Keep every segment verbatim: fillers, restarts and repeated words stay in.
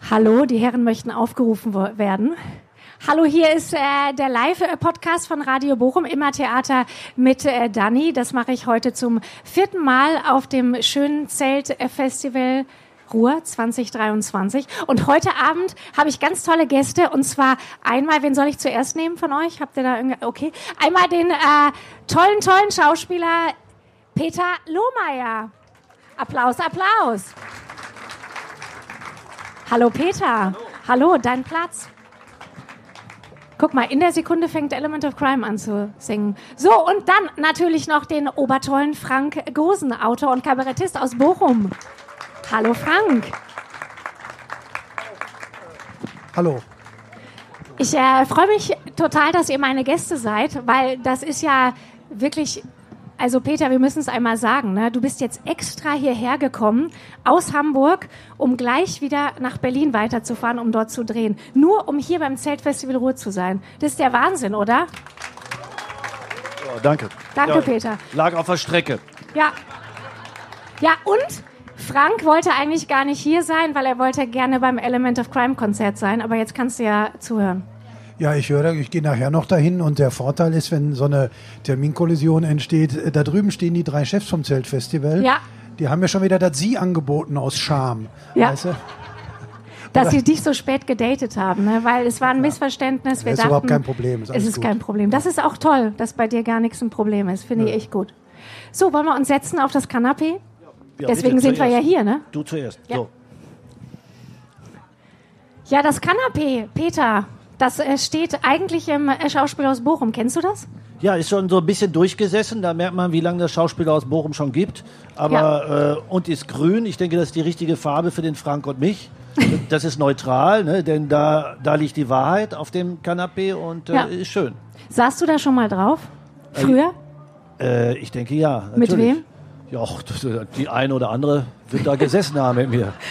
Hallo, die Herren möchten aufgerufen werden. Hallo, hier ist äh, der Live-Podcast von Radio Bochum, immer Theater mit äh, Dani. Das mache ich heute zum vierten Mal auf dem schönen Zeltfestival Ruhr zwanzig dreiundzwanzig. Und heute Abend habe ich ganz tolle Gäste. Und zwar einmal, wen soll ich zuerst nehmen von euch? Habt ihr da irgendwie, okay. Einmal den äh, tollen, tollen Schauspieler Peter Lohmeier. Applaus, Applaus. Hallo Peter. Hallo. Hallo, dein Platz. Guck mal, in der Sekunde fängt Element of Crime an zu singen. So, und dann natürlich noch den obertollen Frank Gosen, Autor und Kabarettist aus Bochum. Hallo Frank. Hallo. Ich äh, freue mich total, dass ihr meine Gäste seid, weil das ist ja wirklich... Also Peter, wir müssen es einmal sagen, ne? Du bist jetzt extra hierher gekommen aus Hamburg, um gleich wieder nach Berlin weiterzufahren, um dort zu drehen. Nur um hier beim Zeltfestival Ruhr zu sein. Das ist der Wahnsinn, oder? Ja, danke. Danke, ja, Peter. Lag auf der Strecke. Ja. Ja, und Frank wollte eigentlich gar nicht hier sein, weil er wollte gerne beim Element of Crime Konzert sein. Aber jetzt kannst du ja zuhören. Ja, ich höre, ich gehe nachher noch dahin und der Vorteil ist, wenn so eine Terminkollision entsteht, da drüben stehen die drei Chefs vom Zeltfestival. Ja. Die haben mir schon wieder das Sie angeboten aus Scham. Ja. Weißt du? Dass Oder? Sie dich so spät gedatet haben, ne? Weil es war ein ja. Missverständnis. Wir das ist dachten, überhaupt kein Problem. Ist es ist gut. kein Problem. Das ist auch toll, dass bei dir gar nichts ein Problem ist. Finde ja. ich echt gut. So, wollen wir uns setzen auf das Kanapee? Ja, Deswegen bitte, sind zuerst. wir ja hier, ne? Du zuerst. Ja, so. ja das Kanapee, Peter. Das äh, steht eigentlich im äh, Schauspiel aus Bochum. Kennst du das? Ja, ist schon so ein bisschen durchgesessen. Da merkt man, wie lange das Schauspiel aus Bochum schon gibt. Aber ja. äh, und ist grün. Ich denke, das ist die richtige Farbe für den Frank und mich. Das ist neutral, ne? Denn da, da liegt die Wahrheit auf dem Kanapee und äh, ja. ist schön. Saßt du da schon mal drauf? Früher? Äh, äh, ich denke ja. Natürlich. Mit wem? Ja, die eine oder andere wird da gesessen haben mit mir.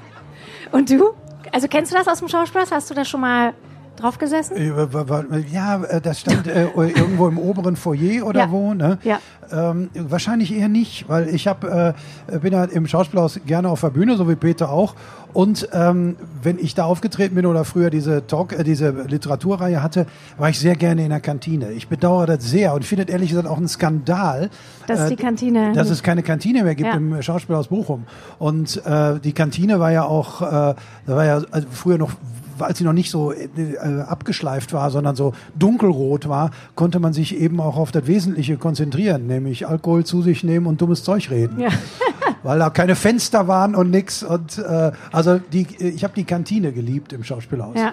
Und du? Also kennst du das aus dem Schauspiel? Hast du da schon mal drauf gesessen? Ja, das stand äh, irgendwo im oberen Foyer oder ja. wo. Ne? Ja. Ähm, wahrscheinlich eher nicht, weil ich hab, äh, bin ja im Schauspielhaus gerne auf der Bühne, so wie Peter auch. Und ähm, wenn ich da aufgetreten bin oder früher diese Talk, äh, diese Literaturreihe hatte, war ich sehr gerne in der Kantine. Ich bedauere das sehr und finde ehrlich gesagt auch ein Skandal, dass, äh, die Kantine dass es keine Kantine mehr gibt ja. im Schauspielhaus Bochum. Und äh, die Kantine war ja auch, äh, da war ja also früher noch, als sie noch nicht so äh, abgeschleift war, sondern so dunkelrot war, konnte man sich eben auch auf das Wesentliche konzentrieren, nämlich Alkohol zu sich nehmen und dummes Zeug reden. Ja. Weil da keine Fenster waren und nix. Und äh, also die, ich habe die Kantine geliebt im Schauspielhaus. Ja.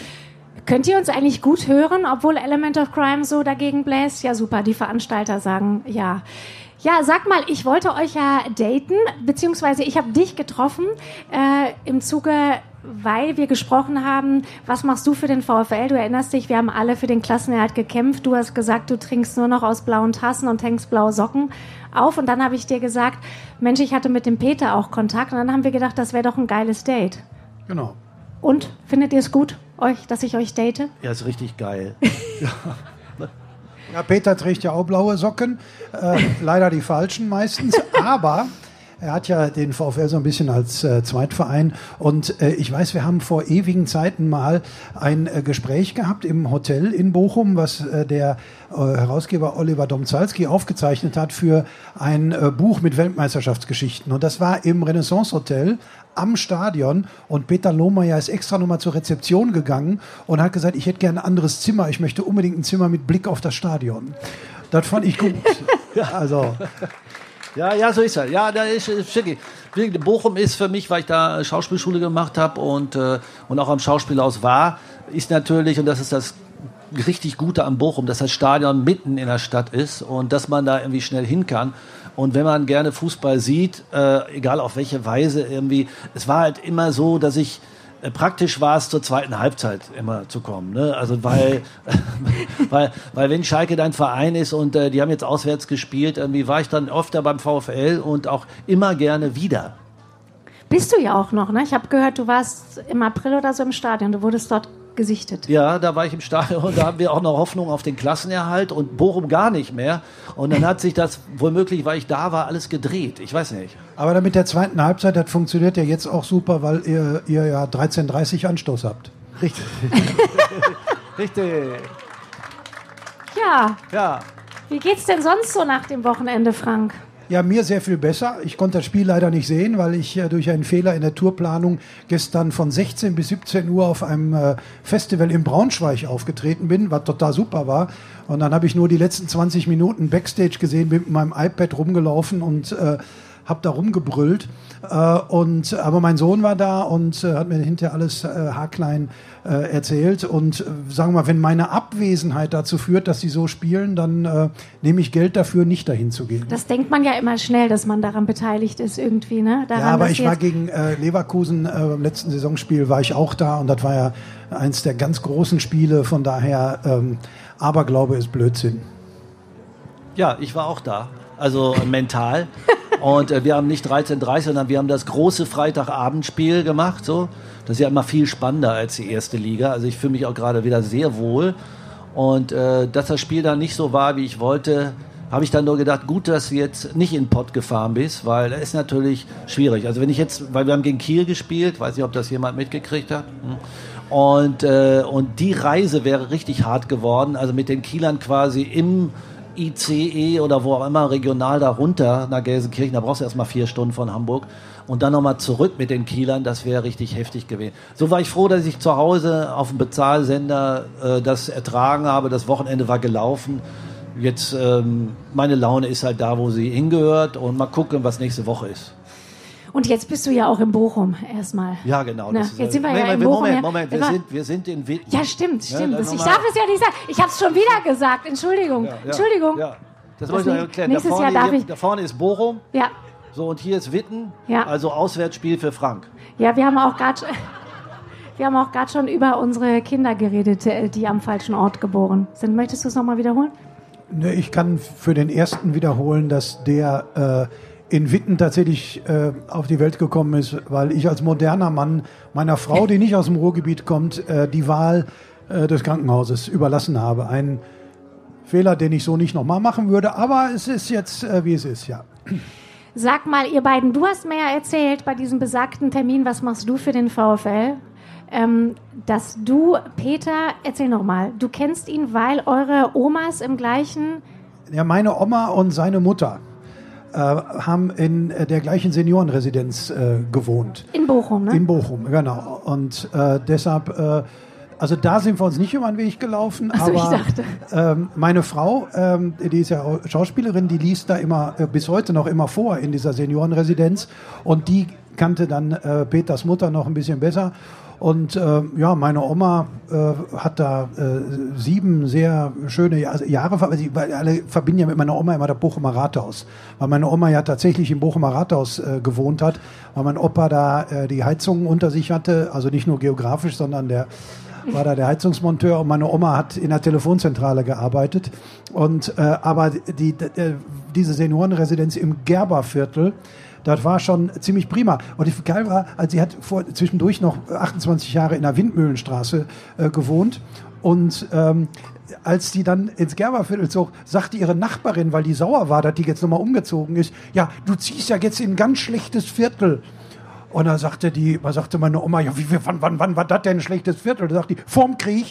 Könnt ihr uns eigentlich gut hören, obwohl Element of Crime so dagegen bläst? Ja, super, die Veranstalter sagen ja. Ja, sag mal, ich wollte euch ja daten, beziehungsweise ich habe dich getroffen äh, im Zuge, weil wir gesprochen haben, was machst du für den VfL? Du erinnerst dich, wir haben alle für den Klassenerhalt gekämpft. Du hast gesagt, du trinkst nur noch aus blauen Tassen und hängst blaue Socken auf. Und dann habe ich dir gesagt, Mensch, ich hatte mit dem Peter auch Kontakt. Und dann haben wir gedacht, das wäre doch ein geiles Date. Genau. Und, findet ihr es gut, euch, dass ich euch date? Ja, ist richtig geil. ja. Ja, Peter trägt ja auch blaue Socken, äh, leider die falschen meistens, aber er hat ja den VfL so ein bisschen als äh, Zweitverein und äh, ich weiß, wir haben vor ewigen Zeiten mal ein äh, Gespräch gehabt im Hotel in Bochum, was äh, der äh, Herausgeber Oliver Domzalski aufgezeichnet hat für ein äh, Buch mit Weltmeisterschaftsgeschichten und das war im Renaissance Hotel am Stadion und Peter Lohmeier ist extra nochmal zur Rezeption gegangen und hat gesagt, ich hätte gerne ein anderes Zimmer, ich möchte unbedingt ein Zimmer mit Blick auf das Stadion. Das fand ich gut. Also... Ja, ja, so ist er. Ja, da ist schick. Bochum ist für mich, weil ich da Schauspielschule gemacht habe und, äh, und auch am Schauspielhaus war, ist natürlich, und das ist das richtig Gute am Bochum, dass das Stadion mitten in der Stadt ist und dass man da irgendwie schnell hin kann. Und wenn man gerne Fußball sieht, äh, egal auf welche Weise irgendwie, es war halt immer so, dass ich äh, praktisch war es zur zweiten Halbzeit immer zu kommen, ne? Also weil, weil, weil wenn Schalke dein Verein ist und äh, die haben jetzt auswärts gespielt, irgendwie war ich dann öfter beim VfL und auch immer gerne wieder. Bist du ja auch noch, ne? Ich habe gehört, du warst im April oder so im Stadion. Du wurdest dort gesichtet. Ja, da war ich im Stadion und da haben wir auch noch Hoffnung auf den Klassenerhalt und Bochum gar nicht mehr. Und dann hat sich das womöglich, weil ich da war, alles gedreht. Ich weiß nicht. Aber dann mit der zweiten Halbzeit, das funktioniert ja jetzt auch super, weil ihr, ihr ja dreizehn Uhr dreißig Anstoß habt. Richtig. Richtig. Ja. Ja. Wie geht's denn sonst so nach dem Wochenende, Frank? Ja, mir sehr viel besser. Ich konnte das Spiel leider nicht sehen, weil ich äh, durch einen Fehler in der Tourplanung gestern von sechzehn bis siebzehn Uhr auf einem äh, Festival in Braunschweig aufgetreten bin, was total super war. Und dann habe ich nur die letzten zwanzig Minuten Backstage gesehen, bin mit meinem iPad rumgelaufen und äh, habe da rumgebrüllt. Äh, und, aber mein Sohn war da und äh, hat mir hinterher alles äh, haarklein äh, erzählt. Und äh, sagen wir mal, wenn meine Abwesenheit dazu führt, dass sie so spielen, dann äh, nehme ich Geld dafür, nicht dahin zu gehen. Das denkt man ja immer schnell, dass man daran beteiligt ist irgendwie, ne? Daran, ja, aber ich war jetzt gegen äh, Leverkusen äh, beim letzten Saisonspiel, war ich auch da und das war ja eins der ganz großen Spiele. Von daher, ähm, Aberglaube ist Blödsinn. Ja, ich war auch da. Also äh, mental. Und äh, wir haben nicht dreizehn Uhr dreißig, sondern wir haben das große Freitagabendspiel gemacht. So. Das ist ja immer viel spannender als die erste Liga. Also ich fühle mich auch gerade wieder sehr wohl. Und äh, dass das Spiel dann nicht so war, wie ich wollte, habe ich dann nur gedacht, gut, dass du jetzt nicht in den Pott gefahren bist, weil das ist natürlich schwierig. Also wenn ich jetzt, weil wir haben gegen Kiel gespielt, weiß nicht, ob das jemand mitgekriegt hat. Und, äh, und die Reise wäre richtig hart geworden. Also mit den Kielern quasi im I C E oder wo auch immer regional da runter nach Gelsenkirchen, da brauchst du erstmal vier Stunden von Hamburg und dann nochmal zurück mit den Kielern, das wäre richtig heftig gewesen. So war ich froh, dass ich zu Hause auf dem Bezahlsender äh, das ertragen habe, das Wochenende war gelaufen. Jetzt, ähm, meine Laune ist halt da, wo sie hingehört und mal gucken, was nächste Woche ist. Und jetzt bist du ja auch in Bochum erstmal. Ja, genau. Na, Das ist, jetzt sind wir Moment, ja in Moment, Bochum. Moment, ja. Moment, wir Immer- sind, wir sind in Witten. Ja, stimmt, stimmt. Ja, Das, dann ich nochmal- darf es ja nicht sagen. Ich habe es schon wieder gesagt. Entschuldigung. Ja, ja, Entschuldigung. Ja. Das Das muss ich noch nicht- erklären. Da nächstes vorne, Jahr darf hier, ich- da vorne ist Bochum. Ja. So, und hier ist Witten. Ja. Also Auswärtsspiel für Frank. Ja, wir haben auch gerade wir haben auch gerade schon über unsere Kinder geredet, äh, die am falschen Ort geboren sind. Möchtest du es nochmal wiederholen? Ne, ich kann für den ersten wiederholen, dass der äh, in Witten tatsächlich äh, auf die Welt gekommen ist, weil ich als moderner Mann meiner Frau, die nicht aus dem Ruhrgebiet kommt, äh, die Wahl äh, des Krankenhauses überlassen habe. Ein Fehler, den ich so nicht nochmal machen würde, aber es ist jetzt, äh, wie es ist, ja. Sag mal, ihr beiden, du hast mir ja erzählt bei diesem besagten Termin, was machst du für den VfL? Ähm, dass du, Peter, erzähl nochmal, du kennst ihn, weil eure Omas im gleichen... Ja, meine Oma und seine Mutter äh, haben in äh, der gleichen Seniorenresidenz äh, gewohnt. In Bochum, ne? In Bochum, genau. Und äh, deshalb, äh, also da sind wir uns nicht über den Weg gelaufen, Ach so, ich aber dachte. ähm, meine Frau, ähm, die ist ja auch Schauspielerin, die liest da immer, äh, bis heute noch immer vor in dieser Seniorenresidenz und die kannte dann äh, Peters Mutter noch ein bisschen besser. Und äh, ja, meine Oma äh, hat da äh, sieben sehr schöne Jahr- Jahre, ver- sie- weil alle verbinden ja mit meiner Oma immer das Bochumer Rathaus. Weil meine Oma ja tatsächlich im Bochumer Rathaus äh, gewohnt hat, weil mein Opa da äh, die Heizungen unter sich hatte, also nicht nur geografisch, sondern der war da der Heizungsmonteur und meine Oma hat in der Telefonzentrale gearbeitet. Und, äh, aber die, die, diese Seniorenresidenz im Gerberviertel, das war schon ziemlich prima. Und ich, geil war, also sie hat vor, zwischendurch noch achtundzwanzig Jahre in der Windmühlenstraße äh, gewohnt. Und ähm, als die dann ins Gerberviertel zog, sagte ihre Nachbarin, weil die sauer war, dass die jetzt nochmal umgezogen ist, ja, du ziehst ja jetzt in ein ganz schlechtes Viertel. Und da sagte die, was sagte meine Oma, ja, wie, wie, wann, wann, wann war das denn ein schlechtes Viertel? Da sagte die, vorm Krieg.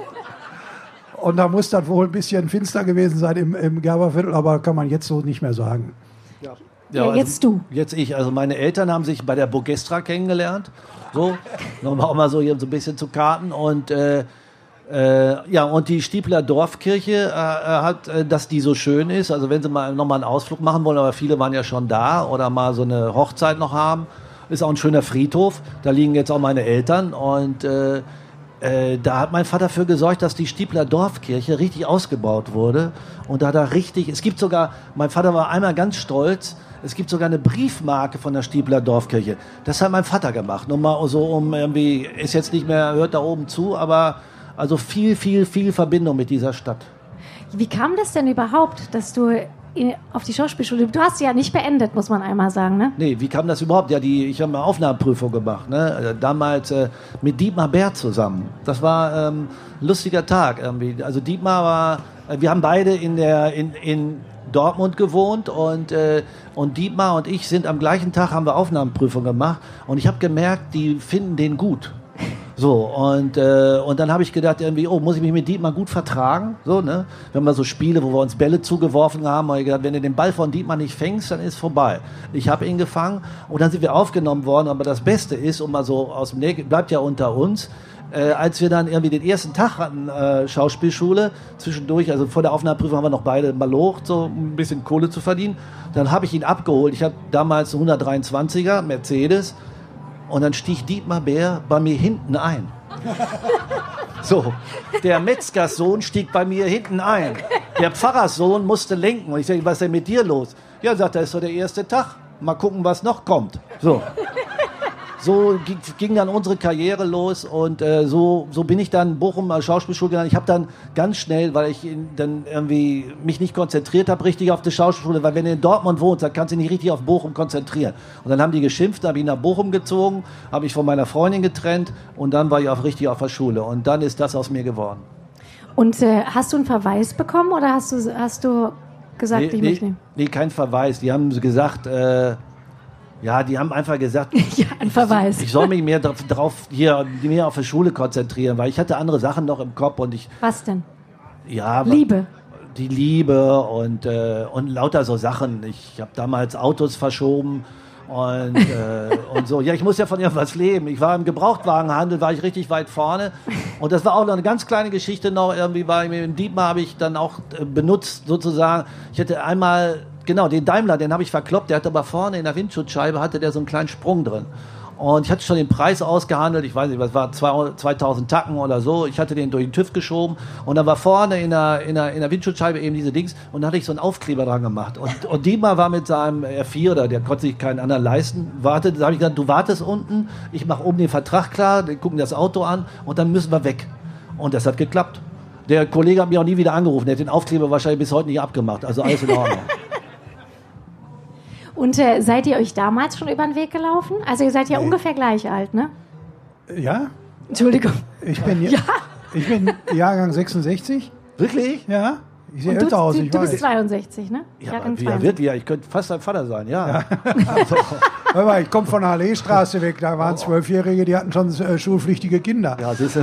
Und da muss das wohl ein bisschen finster gewesen sein im, im Gerberviertel, aber kann man jetzt so nicht mehr sagen. Ja, Ja, jetzt du. Jetzt ich. Also meine Eltern haben sich bei der Bogestra kennengelernt. So, nochmal auch mal so hier so ein bisschen zu Karten. Und äh, äh, ja, und die Stiepler Dorfkirche äh, hat, äh, dass die so schön ist. Also wenn sie mal nochmal einen Ausflug machen wollen, aber viele waren ja schon da oder mal so eine Hochzeit noch haben, ist auch ein schöner Friedhof. Da liegen jetzt auch meine Eltern und äh, Äh, da hat mein Vater für gesorgt, dass die Stiepler Dorfkirche richtig ausgebaut wurde. Und da da richtig, es gibt sogar, mein Vater war einmal ganz stolz, es gibt sogar eine Briefmarke von der Stiepler Dorfkirche. Das hat mein Vater gemacht. Nur mal so um irgendwie, ist jetzt nicht mehr, hört da oben zu, aber also viel, viel, viel Verbindung mit dieser Stadt. Wie kam das denn überhaupt, dass du in, auf die Schauspielschule? Du hast sie ja nicht beendet, muss man einmal sagen, ne? Nee, wie kam das überhaupt? Ja, die, ich habe eine Aufnahmeprüfung gemacht, ne? Damals äh, mit Dietmar Bär zusammen. Das war ähm, ein lustiger Tag irgendwie. Also Dietmar war, äh, wir haben beide in der in, in Dortmund gewohnt und äh, und Dietmar und ich sind am gleichen Tag, haben wir Aufnahmeprüfung gemacht und ich habe gemerkt, die finden den gut. So, und, äh, und dann habe ich gedacht, irgendwie, oh, muss ich mich mit Dietmar gut vertragen? So, ne? Wir haben mal so Spiele, wo wir uns Bälle zugeworfen haben, und ich gedacht, wenn du den Ball von Dietmar nicht fängst, dann ist vorbei. Ich habe ihn gefangen und dann sind wir aufgenommen worden, aber das Beste ist, um mal so aus dem Nähe, bleibt ja unter uns, äh, als wir dann irgendwie den ersten Tag hatten, äh, Schauspielschule, zwischendurch, also vor der Aufnahmeprüfung haben wir noch beide malocht, so um ein bisschen Kohle zu verdienen, dann habe ich ihn abgeholt. Ich habe damals einen hundertdreiundzwanziger Mercedes. Und dann stieg Dietmar Bär bei mir hinten ein. So, der Metzgerssohn stieg bei mir hinten ein. Der Pfarrerssohn musste lenken. Und ich sage, was ist denn mit dir los? Ja, sagt er, ist doch der erste Tag. Mal gucken, was noch kommt. So. So ging, ging dann unsere Karriere los und äh, so, so bin ich dann Bochum als Schauspielschule gegangen. Ich habe dann ganz schnell, weil ich in, dann irgendwie mich nicht konzentriert habe richtig auf die Schauspielschule, weil wenn du in Dortmund wohnst, dann kannst du dich nicht richtig auf Bochum konzentrieren. Und dann haben die geschimpft, habe ich nach Bochum gezogen, habe ich von meiner Freundin getrennt und dann war ich auch richtig auf der Schule und dann ist das aus mir geworden. Und äh, hast du einen Verweis bekommen oder hast du, hast du gesagt, nee, ich nee, möchte nicht? Nee, kein Verweis. Die haben gesagt, äh, ja, die haben einfach gesagt, ja, ein Verweis. Ich, ich soll mich mehr drauf hier mehr auf die Schule konzentrieren, weil ich hatte andere Sachen noch im Kopf und ich. Was denn? Ja, Liebe. Die Liebe und äh, und lauter so Sachen. Ich habe damals Autos verschoben und äh, und so. Ja, ich muss ja von irgendwas leben. Ich war im Gebrauchtwagenhandel, war ich richtig weit vorne und das war auch noch eine ganz kleine Geschichte noch. Irgendwie war ich mit dem Dietmar habe ich dann auch äh, benutzt sozusagen. Ich hätte einmal Genau, den Daimler, den habe ich verkloppt, der hatte aber vorne in der Windschutzscheibe, hatte der so einen kleinen Sprung drin. Und ich hatte schon den Preis ausgehandelt, ich weiß nicht, was war, zweitausend Tacken oder so, ich hatte den durch den TÜV geschoben und dann war vorne in der, in der, in der Windschutzscheibe eben diese Dings und da hatte ich so einen Aufkleber dran gemacht. Und, und Dietmar war mit seinem R vier, oder der konnte sich keinen anderen leisten, wartet, da habe ich gesagt, du wartest unten, ich mache oben den Vertrag klar, wir gucken das Auto an und dann müssen wir weg. Und das hat geklappt. Der Kollege hat mich auch nie wieder angerufen, der hat den Aufkleber wahrscheinlich bis heute nicht abgemacht, also alles in Ordnung. Und äh, seid ihr euch damals schon über den Weg gelaufen? Also ihr seid ja nee. ungefähr gleich alt, ne? Ja. Entschuldigung. Ich bin, ja. ich bin Jahrgang sechsundsechzig. Wirklich? Ja. Ich sehe Und älter du, aus, du, ich du weiß. bist zweiundsechzig, ne? Ja, wie er wird, ja, ich könnte fast dein Vater sein, ja. ja. Also. Hör mal, ich komme von der Alleestraße weg, da waren Zwölfjährige, die hatten schon äh, schulpflichtige Kinder. Ja, siehst du.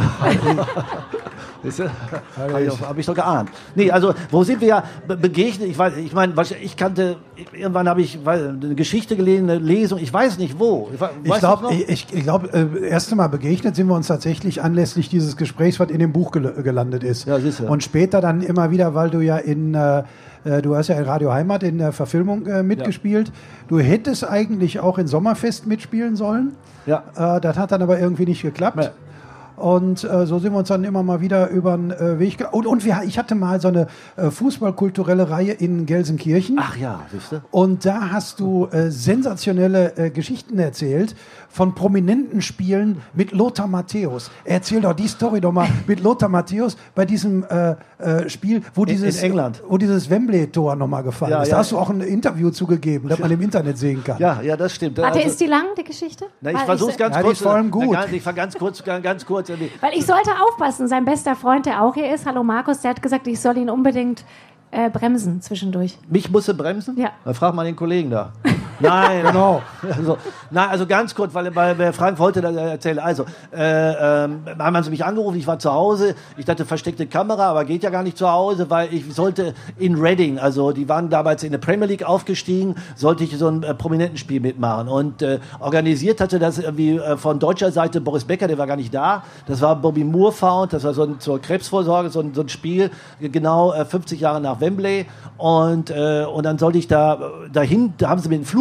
Habe ich, hab ich doch geahnt. Nee, also, wo sind wir ja begegnet? Ich weiß, ich meine, ich kannte, irgendwann habe ich weiß, eine Geschichte gelesen, eine Lesung, ich weiß nicht wo. Ich, ich glaube, ich, ich glaub, äh, erste Mal begegnet sind wir uns tatsächlich anlässlich dieses Gesprächs, was in dem Buch gel- gelandet ist. Ja, siehst du. Und später dann immer wieder, weil du ja in, äh, du hast ja in Radio Heimat in der Verfilmung äh, mitgespielt. Ja. Du hättest eigentlich auch in Sommerfest mitspielen sollen. Ja. Äh, das hat dann aber irgendwie nicht geklappt. Ja. Und äh, so sind wir uns dann immer mal wieder über den äh, Weg ge- Und, und wir, ich hatte mal so eine äh, fußballkulturelle Reihe in Gelsenkirchen. Ach ja, siehst du? Und da hast du äh, sensationelle äh, Geschichten erzählt von prominenten Spielen mit Lothar Matthäus. Erzähl doch die Story doch mal mit Lothar Matthäus bei diesem äh, äh, Spiel, wo dieses, in England. wo dieses Wembley-Tor nochmal gefallen ja, ist. Ja, da hast ja. du auch ein Interview zugegeben, das man im Internet sehen kann. Ja, ja, das stimmt. Warte, also, ist die lang, die Geschichte? Na, ich versuche es ganz ja, kurz. Die ist vor allem gut. Na, ich fange ganz kurz, ganz kurz. Weil ich sollte aufpassen, sein bester Freund, der auch hier ist, hallo Markus, der hat gesagt, ich soll ihn unbedingt äh, bremsen zwischendurch. Mich musste bremsen? Ja. Dann frag mal den Kollegen da. Nein, genau. Also, nein, also ganz kurz, weil, weil Frank wollte das erzählen. Also, äh, ähm, haben sie mich angerufen, ich war zu Hause, ich dachte versteckte Kamera, aber geht ja gar nicht zu Hause, weil ich sollte in Reading, also die waren damals in der Premier League aufgestiegen, sollte ich so ein äh, prominenten Spiel mitmachen und äh, organisiert hatte das irgendwie äh, von deutscher Seite Boris Becker, der war gar nicht da, das war Bobby Moore Found, das war so ein, zur Krebsvorsorge, so ein, so ein Spiel, genau äh, fünfzig Jahre nach Wembley und, äh, und dann sollte ich da dahin, da haben sie mir den Flug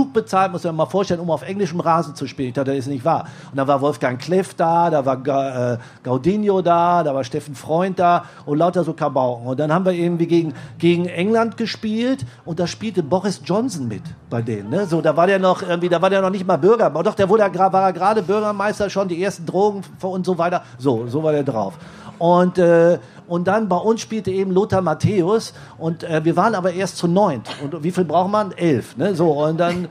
genug bezahlt, muss man mal vorstellen, um auf englischem Rasen zu spielen. Ich dachte, das ist nicht wahr. Und da war Wolfgang Kleff da, da war Ga, äh, Gaudinho da, da war Steffen Freund da und lauter so Kabauken. Und dann haben wir irgendwie gegen, gegen England gespielt und da spielte Boris Johnson mit bei denen. Ne? So, da war der noch irgendwie, da war der noch nicht mal Bürgermeister. Doch, der wurde, war er gerade Bürgermeister schon, die ersten Drogen und so weiter. So, so war der drauf. Und, äh, und dann bei uns spielte eben Lothar Matthäus und äh, wir waren aber erst zu neunt. Und wie viel braucht man? Elf. Ne? So, und dann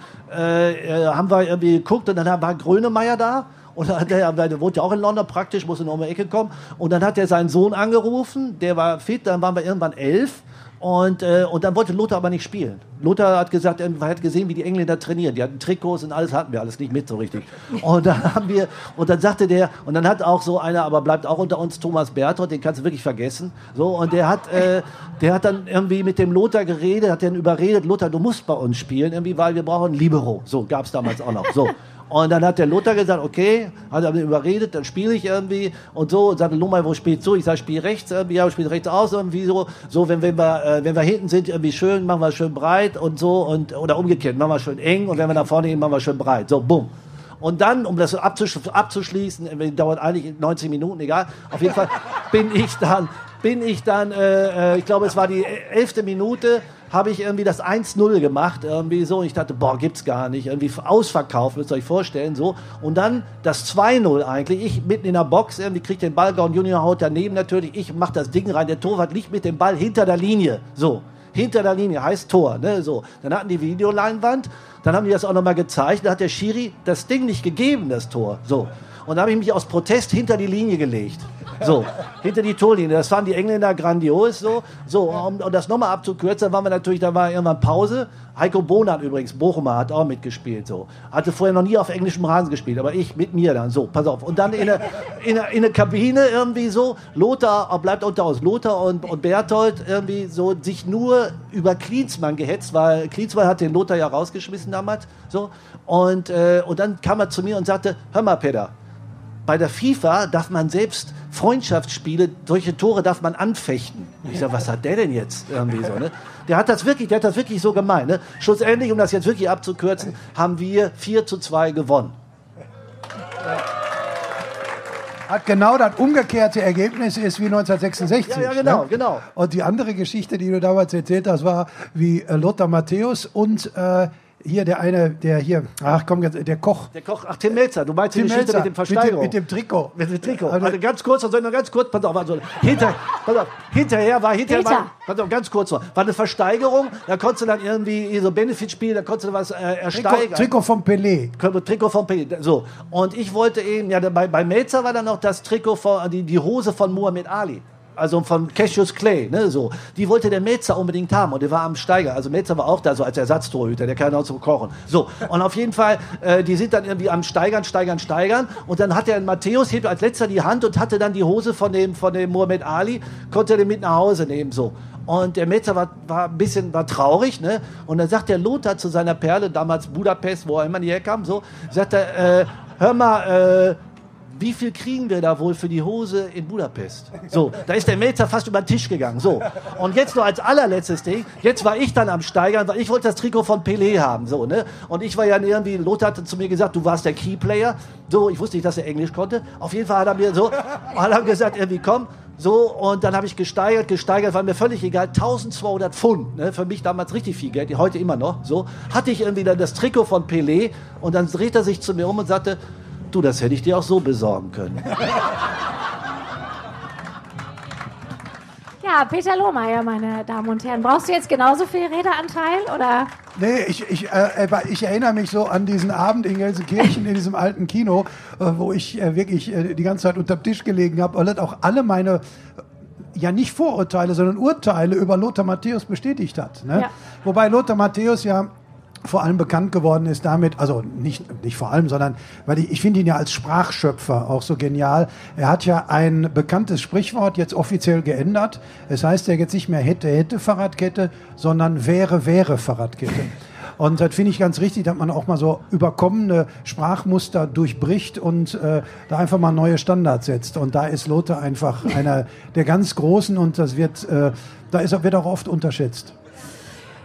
äh, haben wir irgendwie geguckt und dann war Grönemeyer da. Und dann hat der, der wohnt ja auch in London praktisch, musste noch um die Ecke kommen. Und dann hat er seinen Sohn angerufen, der war fit, dann waren wir irgendwann elf. Und, äh, und dann wollte Lothar aber nicht spielen. Lothar hat gesagt, er hat gesehen, wie die Engländer trainieren. Die hatten Trikots und alles hatten wir alles nicht mit so richtig. Und dann haben wir, und dann sagte der, und dann hat auch so einer, aber bleibt auch unter uns, Thomas Berthold, den kannst du wirklich vergessen. So, und der hat, äh, der hat dann irgendwie mit dem Lothar geredet, hat den überredet, Lothar, du musst bei uns spielen, irgendwie, weil wir brauchen ein Libero. So, gab's damals auch noch. So. Und dann hat der Lothar gesagt, okay, hat er überredet, dann spiele ich irgendwie und so und sagte, Lomay, wo spielst du? Ich sage, spiel rechts irgendwie, ja, spiel rechts aus irgendwie so, so wenn, wenn wir äh, wenn wir hinten sind, irgendwie schön, machen wir schön breit und so und oder umgekehrt, machen wir schön eng und wenn wir nach vorne gehen, machen wir schön breit. So, bumm. Und dann, um das abzusch- abzuschließen, dauert eigentlich neunzig Minuten, egal, auf jeden Fall bin ich dann, bin ich dann, äh, ich glaube, es war die elfte Minute, habe ich irgendwie das eins null gemacht, irgendwie so, und ich dachte, boah, gibt's gar nicht, irgendwie ausverkauft, müsst ihr euch vorstellen, so, und dann das zwei null eigentlich, ich mitten in der Box, irgendwie kriegt den Ball, Gaun Junior haut daneben natürlich, ich mach das Ding rein, der Torwart liegt mit dem Ball hinter der Linie, so, hinter der Linie, heißt Tor, ne, so, dann hatten die Videoleinwand, dann haben die das auch nochmal gezeigt, da hat der Schiri das Ding nicht gegeben, das Tor, so. Und da habe ich mich aus Protest hinter die Linie gelegt. So, hinter die Torlinie. Das fanden die Engländer grandios. So, so um, um das nochmal abzukürzen, waren wir natürlich, da war irgendwann Pause. Heiko Bohnert übrigens, Bochumer, hat auch mitgespielt. So. Hatte vorher noch nie auf englischem Rasen gespielt, aber ich mit mir dann. So, pass auf. Und dann in der, in der, in der Kabine irgendwie so, Lothar, bleibt unter uns, Lothar und, und Berthold irgendwie so sich nur über Klinsmann gehetzt, weil Klinsmann hat den Lothar ja rausgeschmissen damals. So. Und, äh, und dann kam er zu mir und sagte, hör mal, Peter, bei der FIFA darf man selbst Freundschaftsspiele, solche Tore darf man anfechten. Ich sage, was hat der denn jetzt irgendwie so, ne? Der hat das wirklich, der hat das wirklich so gemeint, ne? Schlussendlich, um das jetzt wirklich abzukürzen, haben wir vier zu zwei gewonnen. Hat genau das umgekehrte Ergebnis ist wie neunzehnhundertsechsundsechzig. Ja, ja, genau, ne? genau. Und die andere Geschichte, die du damals erzählt hast, war wie äh, Lothar Matthäus und äh, hier der eine, der hier, ach komm, der Koch. Der Koch, ach Tim Melzer, du meinst die Geschichte mit dem Versteigerung. Mit dem, mit dem Trikot. Mit dem Trikot. Also, also ganz kurz, also ganz kurz, pass auf, also hinter, pass auf, hinterher war, hinterher war, pass auf, ganz kurz noch, war eine Versteigerung, da konntest du dann irgendwie so Benefit spielen, da konntest du was äh, ersteigern. Trikot, Trikot vom Pelé. Trikot vom Pelé, so. Und ich wollte eben, ja, bei, bei Melzer war dann noch das Trikot von, die, die Hose von Muhammad Ali. Also von Cassius Clay, ne, so. Die wollte der Melzer unbedingt haben und der war am Steiger. Also Melzer war auch da so als Ersatztorhüter, der kann auch so kochen. So, und auf jeden Fall, äh, die sind dann irgendwie am Steigern, Steigern, Steigern und dann hat der Matthäus, hebt als letzter die Hand und hatte dann die Hose von dem, von dem Muhammad Ali, konnte den mit nach Hause nehmen, so. Und der Melzer war, war ein bisschen, war traurig, ne, und dann sagt der Lothar zu seiner Perle, damals Budapest, wo er immer hierher kam, so, sagt er, äh, hör mal, äh, wie viel kriegen wir da wohl für die Hose in Budapest? So, da ist der Melzer fast über den Tisch gegangen. So, und jetzt noch als allerletztes Ding, jetzt war ich dann am Steigern, weil ich wollte das Trikot von Pelé haben. So, ne? Und ich war ja irgendwie, Lothar hatte zu mir gesagt, du warst der Keyplayer. So, ich wusste nicht, dass er Englisch konnte. Auf jeden Fall hat er mir so, hat er gesagt, irgendwie komm. So, und dann habe ich gesteigert, gesteigert, war mir völlig egal, eintausendzweihundert Pfund, ne, für mich damals richtig viel Geld, heute immer noch, so, hatte ich irgendwie dann das Trikot von Pelé und dann dreht er sich zu mir um und sagte, du, das hätte ich dir auch so besorgen können. Ja, Peter Lohmeier, meine Damen und Herren. Brauchst du jetzt genauso viel Redeanteil, oder? Nee, ich, ich, äh, ich erinnere mich so an diesen Abend in Gelsenkirchen in diesem alten Kino, äh, wo ich äh, wirklich äh, die ganze Zeit unterm Tisch gelegen habe und das auch alle meine ja nicht Vorurteile, sondern Urteile über Lothar Matthäus bestätigt hat. Ne? Ja. Wobei Lothar Matthäus ja vor allem bekannt geworden ist damit, also nicht, nicht vor allem, sondern, weil ich, ich finde ihn ja als Sprachschöpfer auch so genial. Er hat ja ein bekanntes Sprichwort jetzt offiziell geändert. Es heißt ja jetzt nicht mehr hätte, hätte Fahrradkette, sondern wäre, wäre Fahrradkette. Und das finde ich ganz richtig, dass man auch mal so überkommene Sprachmuster durchbricht und äh, da einfach mal neue Standards setzt. Und da ist Lothar einfach einer der ganz Großen und das wird, äh, da ist, wird auch oft unterschätzt.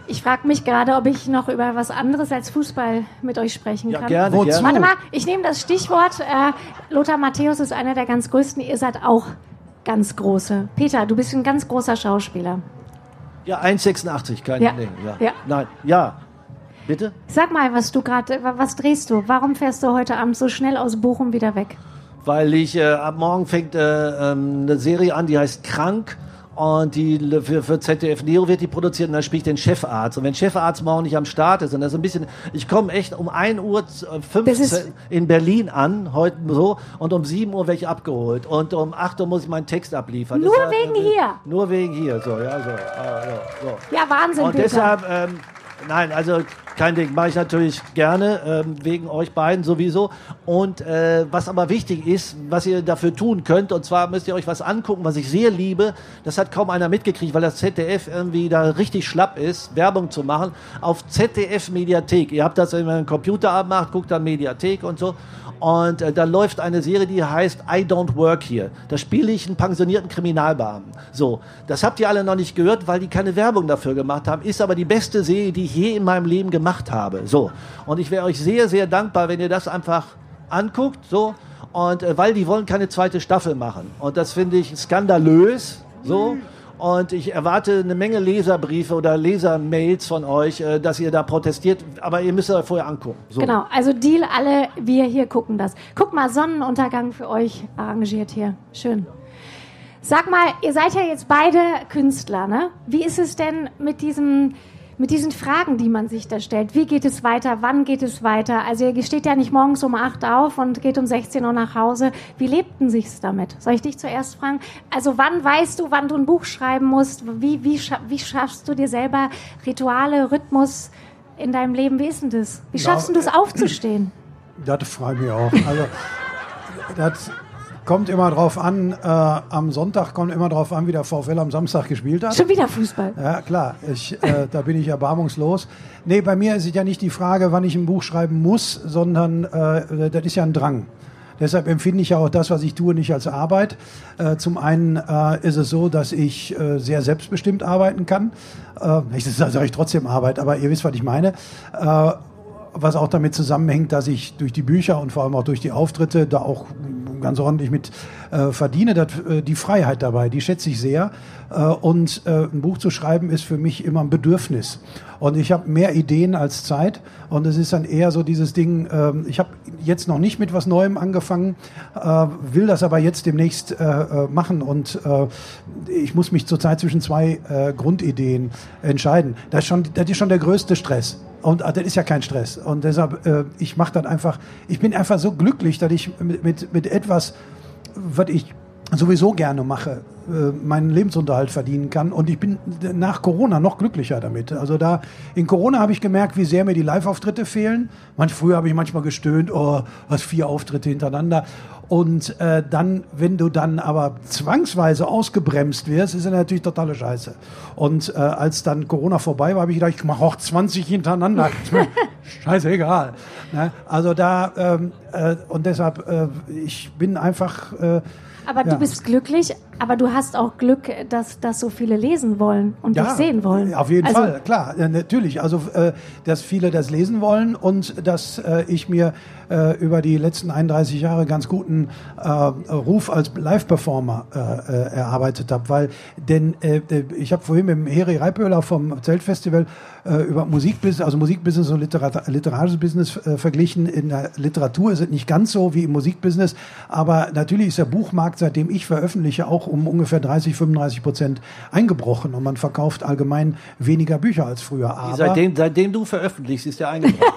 Ich frage mich gerade, ob ich noch über was anderes als Fußball mit euch sprechen Ja, kann. gerne, Wozu? gerne. Warte mal, ich nehme das Stichwort. Äh, Lothar Matthäus ist einer der ganz größten. Ihr seid auch ganz große. Peter, du bist ein ganz großer Schauspieler. Ja, eins Komma sechsundachtzig, kein Ja. Ding. Ja. Ja. Nein, ja. Bitte? Sag mal, was du gerade, was drehst du? Warum fährst du heute Abend so schnell aus Bochum wieder weg? Weil ich, äh, ab morgen fängt äh, ähm, eine Serie an, die heißt Krank. Und die für, für Z D F Neo wird die produziert und dann spiele ich den Chefarzt. Und wenn Chefarzt morgen nicht am Start ist, und das ist ein bisschen, ich komme echt um ein Uhr fünfzehn in Berlin an, heute so, und um sieben Uhr werde ich abgeholt. Und um acht Uhr muss ich meinen Text abliefern. Nur deshalb, wegen äh, hier? Nur wegen hier, so, ja, so. Ah, ja, so. Ja, Wahnsinn, Und Peter. deshalb, ähm, nein, also kein Ding, mache ich natürlich gerne, ähm, wegen euch beiden sowieso. Und äh, was aber wichtig ist, was ihr dafür tun könnt, und zwar müsst ihr euch was angucken, was ich sehr liebe, das hat kaum einer mitgekriegt, weil das Z D F irgendwie da richtig schlapp ist, Werbung zu machen, auf Z D F Mediathek. Ihr habt das, wenn man einen Computer abmacht, guckt dann Mediathek und so. Und äh, da läuft eine Serie, die heißt I Don't Work Here. Da spiele ich einen pensionierten Kriminalbeamten. So, das habt ihr alle noch nicht gehört, weil die keine Werbung dafür gemacht haben. Ist aber die beste Serie, die ich je in meinem Leben gemacht habe. So, und ich wäre euch sehr, sehr dankbar, wenn ihr das einfach anguckt. So, und äh, weil die wollen keine zweite Staffel machen. Und das finde ich skandalös. So. Mhm. Und ich erwarte eine Menge Leserbriefe oder Lesermails von euch, äh, dass ihr da protestiert. Aber ihr müsst euch vorher angucken. So. Genau, also Deal, alle, wir hier gucken das. Guck mal, Sonnenuntergang für euch arrangiert hier. Schön. Sag mal, ihr seid ja jetzt beide Künstler, ne? Wie ist es denn mit diesem, mit diesen Fragen, die man sich da stellt? Wie geht es weiter? Wann geht es weiter? Also ihr steht ja nicht morgens um acht auf und geht um sechzehn Uhr nach Hause. Wie lebt denn sich's damit? Soll ich dich zuerst fragen? Also wann weißt du, wann du ein Buch schreiben musst? Wie, wie, wie schaffst du dir selber Rituale, Rhythmus in deinem Leben? Wie ist denn das? Wie schaffst Ja, du es aufzustehen? Das frage ich mich auch. Also, das kommt immer drauf an, äh, am Sonntag kommt immer drauf an, wie der VfL am Samstag gespielt hat. Schon wieder Fußball. Ja, klar, ich, äh, da bin ich erbarmungslos. Nee, bei mir ist es ja nicht die Frage, wann ich ein Buch schreiben muss, sondern äh, das ist ja ein Drang. Deshalb empfinde ich ja auch das, was ich tue, nicht als Arbeit. Äh, zum einen äh, ist es so, dass ich äh, sehr selbstbestimmt arbeiten kann. Äh, ich sage ich trotzdem Arbeit, aber ihr wisst, was ich meine. Äh, was auch damit zusammenhängt, dass ich durch die Bücher und vor allem auch durch die Auftritte da auch ganz ordentlich mit äh, verdiene. Das, äh, die Freiheit dabei, die schätze ich sehr. Äh, und äh, ein Buch zu schreiben ist für mich immer ein Bedürfnis. Und ich habe mehr Ideen als Zeit. Und es ist dann eher so dieses Ding, äh, ich habe jetzt noch nicht mit was Neuem angefangen, äh, will das aber jetzt demnächst äh, machen. Und äh, ich muss mich zurzeit zwischen zwei äh, Grundideen entscheiden. Das ist schon, das ist schon der größte Stress. Und das ist ja kein Stress. Und deshalb, äh, ich mache dann einfach, ich bin einfach so glücklich, dass ich mit, mit, mit etwas, was ich sowieso gerne mache, äh, meinen Lebensunterhalt verdienen kann. Und ich bin nach Corona noch glücklicher damit. Also da, in Corona habe ich gemerkt, wie sehr mir die Live-Auftritte fehlen. Manch, früher habe ich manchmal gestöhnt, oh, was vier Auftritte hintereinander. Und äh, dann, wenn du dann aber zwangsweise ausgebremst wirst, ist ja natürlich totale Scheiße. Und äh, als dann Corona vorbei war, habe ich gedacht, ich mache auch zwanzig hintereinander. Scheißegal. Ne? Also da, ähm, äh, und deshalb, äh, ich bin einfach... Äh, Aber ja. du bist glücklich, aber du hast auch Glück, dass, dass so viele lesen wollen und ja, dich sehen wollen. Auf jeden also, Fall, klar, ja, natürlich. Also, äh, dass viele das lesen wollen und dass äh, ich mir äh, über die letzten einunddreißig Jahre ganz guten äh, Ruf als Live-Performer äh, äh, erarbeitet habe. Weil, denn äh, ich habe vorhin mit dem Heri Reipöhler vom Zeltfestival äh, über Musikbusiness, also Musikbusiness und Literat- literarisches Business äh, verglichen. In der Literatur ist es nicht ganz so wie im Musikbusiness, aber natürlich ist der Buchmarkt, seitdem ich veröffentliche, auch um ungefähr dreißig, fünfunddreißig Prozent eingebrochen und man verkauft allgemein weniger Bücher als früher. Aber Seitdem, seitdem du veröffentlichst, ist der eingebrochen.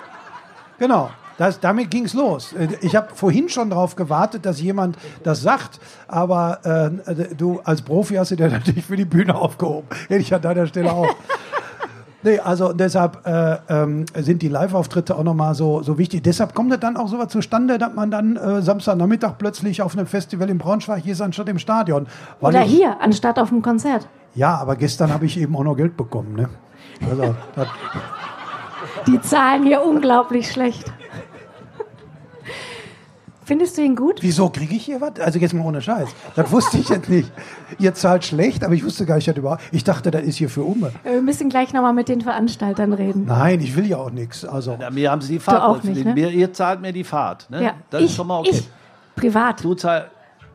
genau. Das, damit ging's los. Ich habe vorhin schon darauf gewartet, dass jemand das sagt, aber äh, du als Profi hast du dir natürlich für die Bühne aufgehoben. Hätte ich an deiner Stelle auch. Nee, also deshalb äh, ähm, sind die Live-Auftritte auch nochmal so, so wichtig. Deshalb kommt es dann auch so was zustande, dass man dann äh, Samstagnachmittag plötzlich auf einem Festival in Braunschweig ist, anstatt im Stadion. Weil Oder ich, hier, anstatt auf dem Konzert. Ja, aber gestern habe ich eben auch noch Geld bekommen. Ne? Also, das, Die zahlen hier unglaublich schlecht. Findest du ihn gut? Wieso kriege ich hier was? Also jetzt mal ohne Scheiß. Das wusste ich jetzt nicht. Ihr zahlt schlecht, aber ich wusste gar nicht, dass überhaupt. Ich dachte, das ist hier für Umme. Wir müssen gleich nochmal mit den Veranstaltern reden. Nein, ich will ja auch nichts. Also. Ja, mir haben sie die Fahrt. Du auch nicht, ne? mir, ihr zahlt mir die Fahrt. Ne? Ja. Das ich, ist schon mal okay. Ich, privat. Du zahlst.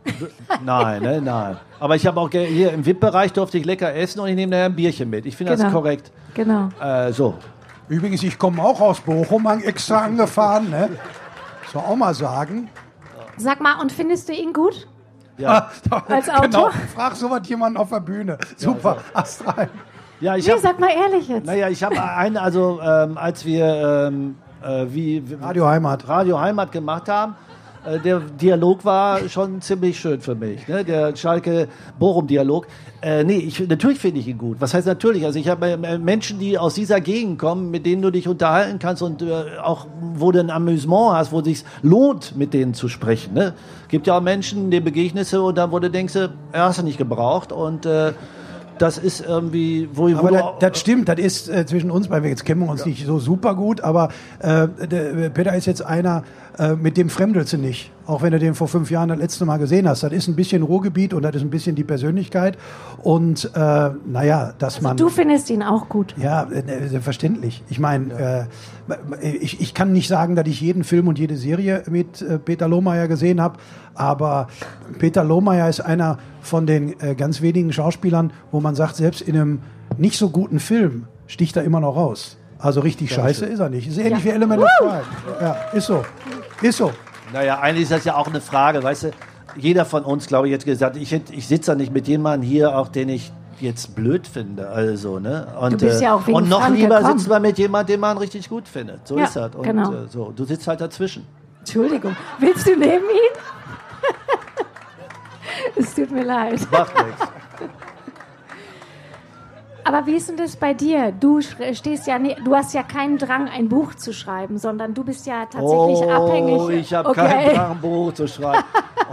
Nein, ne, nein. Aber ich habe auch ge- hier im V I P-Bereich durfte ich lecker essen und ich nehme nachher ein Bierchen mit. Ich finde Genau. das korrekt. Genau. Äh, so. Übrigens, ich komme auch aus Bochum, extra angefahren. Ne? Soll auch mal sagen. Sag mal, und findest du ihn gut? Ja. Als Autor? Genau, frag sowas jemanden auf der Bühne. Super, Ast rein. Ja, ich Nee, hab, sag mal ehrlich jetzt. naja, ich habe einen, also ähm, als wir ähm, äh, wie, wie Radio Heimat. Radio Heimat gemacht haben, äh, der Dialog war schon ziemlich schön für mich, ne? Der Schalke-Bochum-Dialog. Äh, nee, ich, natürlich finde ich ihn gut. Was heißt natürlich? Also ich habe äh, Menschen, die aus dieser Gegend kommen, mit denen du dich unterhalten kannst und äh, auch, wo du ein Amüsement hast, wo es sich lohnt, mit denen zu sprechen. Ne? Gibt ja auch Menschen, denen begegnest du und dann, wo du denkst, ja, hast du nicht gebraucht und äh, das ist irgendwie, wo, wo Aber du das, auch- das stimmt, das ist äh, zwischen uns, weil wir jetzt kennen wir uns nicht so super gut, aber äh, der, Peter ist jetzt einer, äh, mit dem fremdelst du nicht. Auch wenn du den vor fünf Jahren das letzte Mal gesehen hast. Das ist ein bisschen Ruhrgebiet und das ist ein bisschen die Persönlichkeit. Und äh, naja, dass man... Du findest ihn auch gut. Ja, äh, selbstverständlich. Ich meine, äh, ich, ich kann nicht sagen, dass ich jeden Film und jede Serie mit äh, Peter Lohmeier gesehen habe, aber Peter Lohmeier ist einer von den äh, ganz wenigen Schauspielern, wo man sagt, selbst in einem nicht so guten Film sticht er immer noch raus. Also richtig scheiße ist er nicht. Ist ähnlich Ja. wie Element of Crime. Ja, ist so. Ist so. Naja, eigentlich ist das ja auch eine Frage, weißt du, jeder von uns, glaube ich, jetzt gesagt, ich, ich sitze da nicht mit jemandem hier, auch den ich jetzt blöd finde, also, ne? Und, Du bist ja auch wegen und noch Frank lieber gekommen. sitzt man mit jemandem, den man richtig gut findet. So Ja, ist das. Und genau. äh, so, du sitzt halt dazwischen. Entschuldigung. Willst du neben ihn? Es tut mir leid. Macht nichts. Aber wie ist denn das bei dir? Du sch- stehst ja, ne, du hast ja keinen Drang, ein Buch zu schreiben, sondern du bist ja tatsächlich oh, abhängig. ich habe Okay. keinen Drang, ein Buch zu schreiben.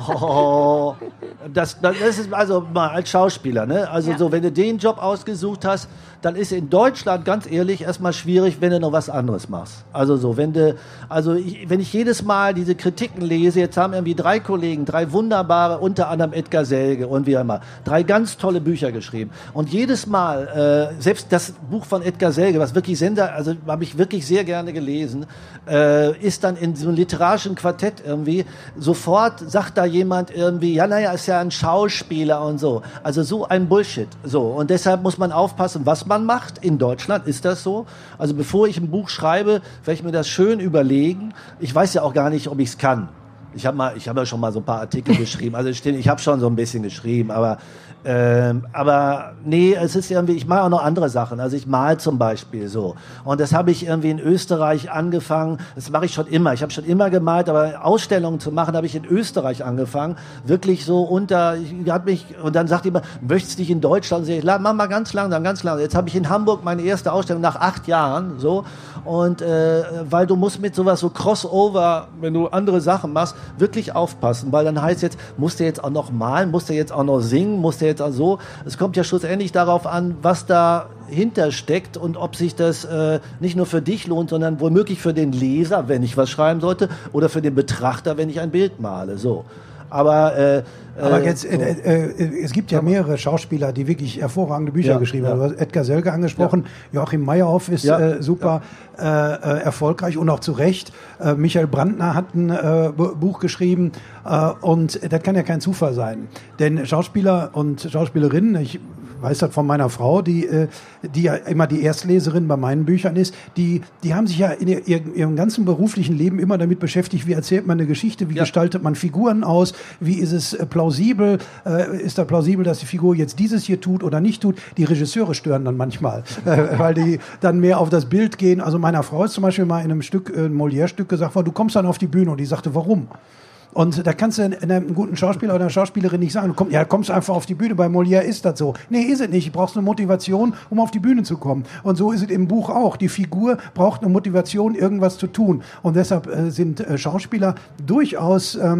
Oh, das, das ist also mal als Schauspieler, ne? Also Ja. so, wenn du den Job ausgesucht hast, dann ist in Deutschland ganz ehrlich erstmal schwierig, wenn du noch was anderes machst. Also so, wenn du, also ich, wenn ich jedes Mal diese Kritiken lese, jetzt haben irgendwie drei Kollegen, drei wunderbare, unter anderem Edgar Selge und wie immer, drei ganz tolle Bücher geschrieben. Und jedes Mal, äh, selbst das Buch von Edgar Selge, was wirklich Sender, also habe ich wirklich sehr gerne gelesen, äh, ist dann in so einem literarischen Quartett irgendwie, sofort sagt da jemand irgendwie, ja naja, ist ja ein Schauspieler und so. Also so ein Bullshit. So, und deshalb muss man aufpassen, was man macht. In Deutschland ist das so. Also bevor ich ein Buch schreibe, werde ich mir das schön überlegen. Ich weiß ja auch gar nicht, ob ich es kann. Ich habe mal, ich habe ja schon mal so ein paar Artikel geschrieben. Also stimmt, ich habe schon so ein bisschen geschrieben, aber ähm, aber nee, es ist irgendwie, ich mache auch noch andere Sachen. Also ich mal zum Beispiel so. Und das habe ich irgendwie in Österreich angefangen. Das mache ich schon immer. Ich habe schon immer gemalt, aber Ausstellungen zu machen, habe ich in Österreich angefangen. Wirklich so unter, ich hat mich, und dann sagt jemand, möchtest du dich in Deutschland sehen? Mach mal ganz langsam, ganz langsam. Jetzt habe ich in Hamburg meine erste Ausstellung nach acht Jahren, so. Und äh, weil du musst mit sowas so Crossover, wenn du andere Sachen machst, wirklich aufpassen, weil dann heißt jetzt, musst du jetzt auch noch malen, musst du jetzt auch noch singen, musst du jetzt auch so. Es kommt ja schlussendlich darauf an, was dahinter steckt und ob sich das äh, nicht nur für dich lohnt, sondern womöglich für den Leser, wenn ich was schreiben sollte, oder für den Betrachter, wenn ich ein Bild male. So. Aber, äh, Aber äh, jetzt, so. äh, äh, es gibt ja mehrere Schauspieler, die wirklich hervorragende Bücher Ja, geschrieben ja. haben. Du hast Edgar Selge angesprochen, Joachim Meyerhoff ist Ja, äh, super Äh, äh, erfolgreich und auch zu Recht. Äh, Michael Brandner hat ein äh, Bu- Buch geschrieben äh, und das kann ja kein Zufall sein. Denn Schauspieler und Schauspielerinnen, ich weiß das von meiner Frau, die, äh, die ja immer die Erstleserin bei meinen Büchern ist, die, die haben sich ja in ihr, ihrem, ihrem ganzen beruflichen Leben immer damit beschäftigt, wie erzählt man eine Geschichte, wie Ja. gestaltet man Figuren aus, wie ist es äh, plausibel, äh, ist da plausibel, dass die Figur jetzt dieses hier tut oder nicht tut. Die Regisseure stören dann manchmal, äh, weil die dann mehr auf das Bild gehen. Also meiner Frau ist zum Beispiel mal in einem Stück, äh, ein Molière-Stück gesagt worden, du kommst dann auf die Bühne, und die sagte, warum? Und da kannst du einem guten Schauspieler oder einer Schauspielerin nicht sagen, komm, ja, kommst einfach auf die Bühne, bei Molière ist das so. Nee, ist es nicht. Du brauchst eine Motivation, um auf die Bühne zu kommen. Und so ist es im Buch auch. Die Figur braucht eine Motivation, irgendwas zu tun. Und deshalb äh, sind äh, Schauspieler durchaus ähm,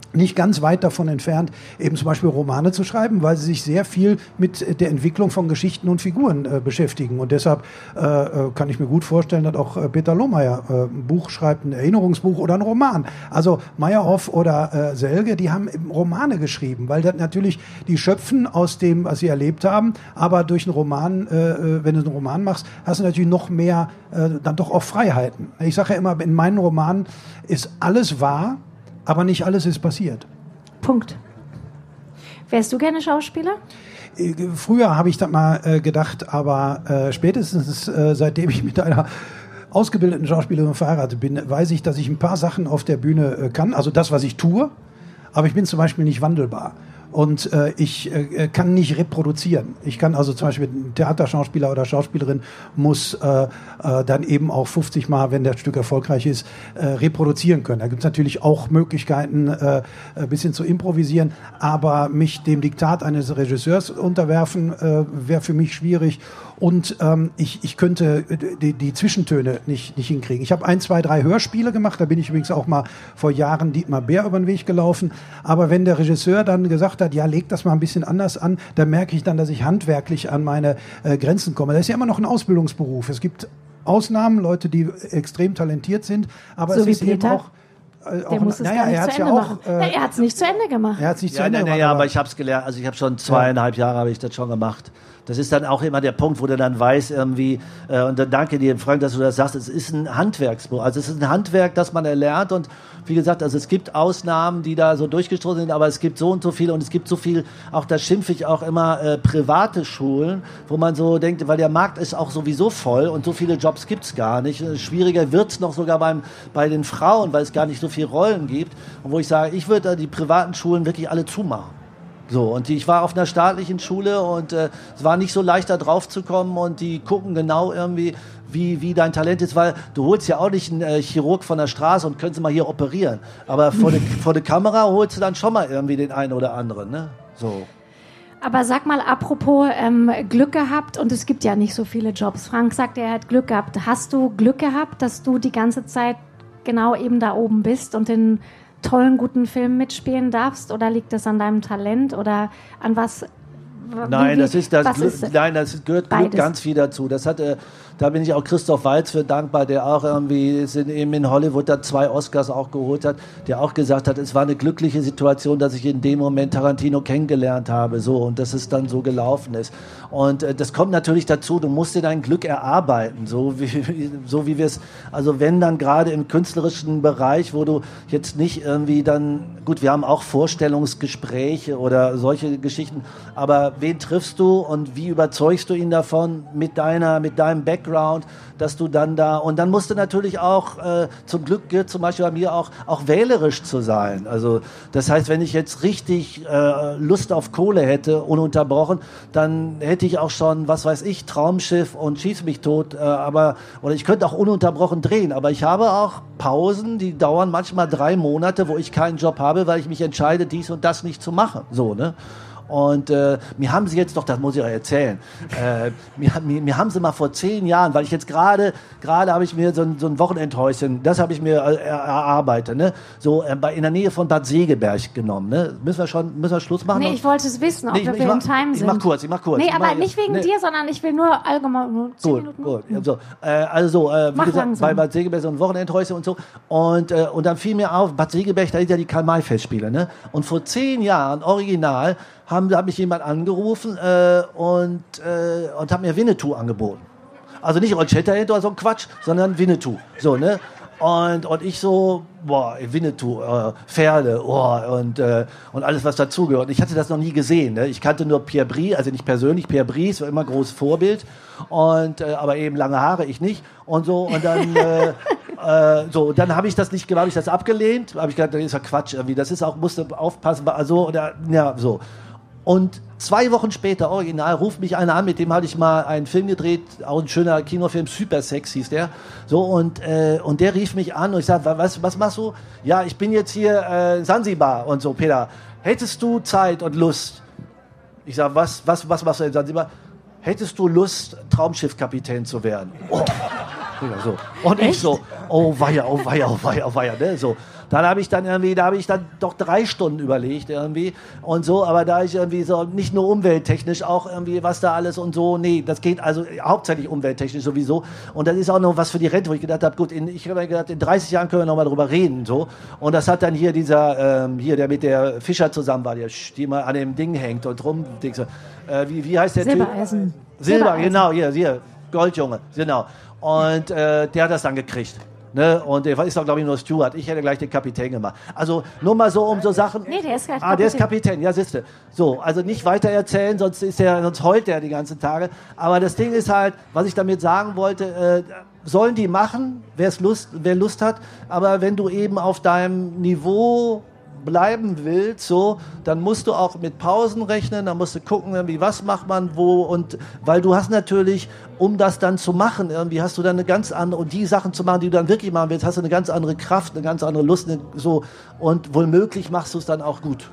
nicht ganz weit davon entfernt, eben zum Beispiel Romane zu schreiben, weil sie sich sehr viel mit der Entwicklung von Geschichten und Figuren äh, beschäftigen. Und deshalb äh, kann ich mir gut vorstellen, dass auch äh, Peter Lohmeier äh, ein Buch schreibt, ein Erinnerungsbuch oder ein Roman. Also Meyerhoff oder äh, Selge, die haben eben Romane geschrieben, weil das natürlich, die schöpfen aus dem, was sie erlebt haben, aber durch einen Roman, äh, wenn du einen Roman machst, hast du natürlich noch mehr, äh, dann doch auch Freiheiten. Ich sage ja immer, in meinen Romanen ist alles wahr, aber nicht alles ist passiert. Punkt. Wärst du gerne Schauspieler? Früher habe ich das mal äh, gedacht, aber äh, spätestens äh, seitdem ich mit einer ausgebildeten Schauspielerin verheiratet bin, weiß ich, dass ich ein paar Sachen auf der Bühne äh, kann. Also das, was ich tue, aber ich bin zum Beispiel nicht wandelbar. Und äh, ich äh, kann nicht reproduzieren. Ich kann also zum Beispiel ein Theaterschauspieler oder Schauspielerin muss äh, äh, dann eben auch fünfzig Mal, wenn das Stück erfolgreich ist, äh, reproduzieren können. Da gibt es natürlich auch Möglichkeiten, äh, ein bisschen zu improvisieren, aber mich dem Diktat eines Regisseurs unterwerfen, äh, wäre für mich schwierig. Und ähm, ich, ich könnte die, die Zwischentöne nicht, nicht hinkriegen. Ich habe ein, zwei, drei Hörspiele gemacht. Da bin ich übrigens auch mal vor Jahren Dietmar Bär über den Weg gelaufen. Aber wenn der Regisseur dann gesagt hat, ja, leg das mal ein bisschen anders an, dann merke ich dann, dass ich handwerklich an meine äh, Grenzen komme. Das ist ja immer noch ein Ausbildungsberuf. Es gibt Ausnahmen, Leute, die extrem talentiert sind. Aber so es wie ist Peter. eben auch... Der auch, muss es naja, gar nicht er zu hat's Ende ja auch, machen. äh, Na, er hat es nicht zu Ende gemacht. Er hat es nicht zu Ja, Ende nein, gemacht. nein, ja, aber ich habe es gelernt. Also ich habe schon zweieinhalb Jahre habe ich das schon gemacht. Das ist dann auch immer der Punkt, wo du dann weißt irgendwie, äh, und dann danke dir, Frank, dass du das sagst, es ist ein Handwerksbuch. Also es ist ein Handwerk, das man erlernt und wie gesagt, also es gibt Ausnahmen, die da so durchgestoßen sind, aber es gibt so und so viele und es gibt so viel, auch da schimpfe ich auch immer, äh, private Schulen, wo man so denkt, weil der Markt ist auch sowieso voll und so viele Jobs gibt's gar nicht. Schwieriger wird's noch sogar beim, bei den Frauen, weil es gar nicht so viele Rollen gibt. Und wo ich sage, ich würde die privaten Schulen wirklich alle zumachen. So, und die, ich war auf einer staatlichen Schule und äh, es war nicht so leicht, da drauf zu kommen und die gucken genau irgendwie, wie, wie dein Talent ist, weil du holst ja auch nicht einen äh, Chirurg von der Straße und könntest mal hier operieren. Aber vor der vor der Kamera holst du dann schon mal irgendwie den einen oder anderen, ne? So. Aber sag mal, apropos ähm, Glück gehabt, und es gibt ja nicht so viele Jobs. Frank sagt, er hat Glück gehabt. Hast du Glück gehabt, dass du die ganze Zeit genau eben da oben bist und in tollen, guten Filmen mitspielen darfst? Oder liegt das an deinem Talent? Oder an was? Nein, wie, das ist das Glück, ist nein, das gehört Glück ganz viel dazu. Das hat, äh, da bin ich auch Christoph Waltz für dankbar, der auch irgendwie in, eben in Hollywood da zwei Oscars auch geholt hat, der auch gesagt hat, es war eine glückliche Situation, dass ich in dem Moment Tarantino kennengelernt habe, so, und dass es dann so gelaufen ist. Und äh, das kommt natürlich dazu, du musst dir dein Glück erarbeiten, so wie, so wie wir es, also wenn dann gerade im künstlerischen Bereich, wo du jetzt nicht irgendwie dann, gut, wir haben auch Vorstellungsgespräche oder solche Geschichten, aber wen triffst du und wie überzeugst du ihn davon mit deiner, mit deinem Background, dass du dann da, und dann musst du natürlich auch, äh, zum Glück gehört zum Beispiel bei mir auch, auch wählerisch zu sein. Also das heißt, wenn ich jetzt richtig äh, Lust auf Kohle hätte, ununterbrochen, dann hätte ich auch schon, was weiß ich, Traumschiff und Schieß mich tot, äh, aber, oder ich könnte auch ununterbrochen drehen, aber ich habe auch Pausen, die dauern manchmal drei Monate, wo ich keinen Job habe, weil ich mich entscheide, dies und das nicht zu machen. So, ne? Und äh, mir haben sie jetzt doch, das muss ich euch erzählen, äh, mir, mir, mir haben sie mal vor zehn Jahren, weil ich jetzt gerade, gerade habe ich mir so ein, so ein Wochenendhäuschen, das habe ich mir äh, erarbeitet, ne? So äh, bei, in der Nähe von Bad Segeberg genommen. Ne? Müssen wir schon, müssen wir Schluss machen? Nee, ich wollte es wissen, ob nee, ich, wir ich, in mach, Time ich sind. mach kurz, ich mach kurz. Nee, ich aber mach, nicht wegen nee. dir, sondern ich will nur allgemein, nur zehn Gut, Minuten. gut. Also, äh, also äh, wie Mach gesagt, langsam. bei Bad Segeberg so ein Wochenendhäuschen und so. Und, äh, und dann fiel mir auf, Bad Segeberg, da sind ja die Karl-May-Festspiele, ne? Und vor zehn Jahren, original, haben, da hat mich jemand angerufen äh, und, äh, und hat mir Winnetou angeboten. Also nicht Old Shatterhand oder so ein Quatsch, sondern Winnetou. So, ne? Und, und ich so, boah, Winnetou, äh, Pferde, oh, und, äh, und alles, was dazugehört. Ich hatte das noch nie gesehen. Ne? Ich kannte nur Pierre Brice, also nicht persönlich, Pierre Brice war immer ein großes Vorbild, und, äh, aber eben lange Haare, ich nicht. Und so, und dann, äh, äh, so, dann habe ich das nicht gemacht, habe ich das abgelehnt, habe ich gedacht, das ist ja Quatsch irgendwie, das ist auch, musste aufpassen, also, oder, ja, so. Und zwei Wochen später, original, ruft mich einer an, mit dem hatte ich mal einen Film gedreht, auch ein schöner Kinofilm, Super Sex hieß der. So, und, äh, und der rief mich an und ich sag, was, was machst du? Ja, ich bin jetzt hier äh, in Sansibar und so, Peter. Hättest du Zeit und Lust? Ich sag, was, was, was machst du in Sansibar? Hättest du Lust, Traumschiffkapitän zu werden? Oh. Ja, so. Und ich so, oh weia, oh weia, oh weia, oh weia, ne? So. Dann habe ich dann irgendwie, da habe ich dann doch drei Stunden überlegt irgendwie und so, aber da ich irgendwie so, nicht nur umwelttechnisch, auch irgendwie was da alles und so, nee, das geht also hauptsächlich umwelttechnisch sowieso und das ist auch noch was für die Rente, wo ich gedacht habe, gut, in, ich habe gedacht, in dreißig Jahren können wir noch mal drüber reden, so, und das hat dann hier dieser, ähm, hier, der mit der Fischer zusammen war, der, die mal an dem Ding hängt und rum, so, äh, wie, wie heißt der Silbereisen. Typ? Silber, Silbereisen. Genau, hier, hier, Goldjunge, genau, und äh, der hat das dann gekriegt. Ne? Und der ist doch, glaube ich, nur Steward. Ich hätte gleich den Kapitän gemacht. Also nur mal so um so Sachen. Nee, der ist gleich Ah, der ist Kapitän, ja, siehste. So, also nicht weiter erzählen, sonst ist der, sonst heult der die ganzen Tage. Aber das Ding ist halt, was ich damit sagen wollte, äh, sollen die machen, wer's Lust, wer Lust hat. Aber wenn du eben auf deinem Niveau bleiben willst, so, dann musst du auch mit Pausen rechnen, dann musst du gucken, irgendwie, was macht man wo und weil du hast natürlich, um das dann zu machen, irgendwie hast du dann eine ganz andere, und die Sachen zu machen, die du dann wirklich machen willst, hast du eine ganz andere Kraft, eine ganz andere Lust, eine, so, und womöglich machst du es dann auch gut.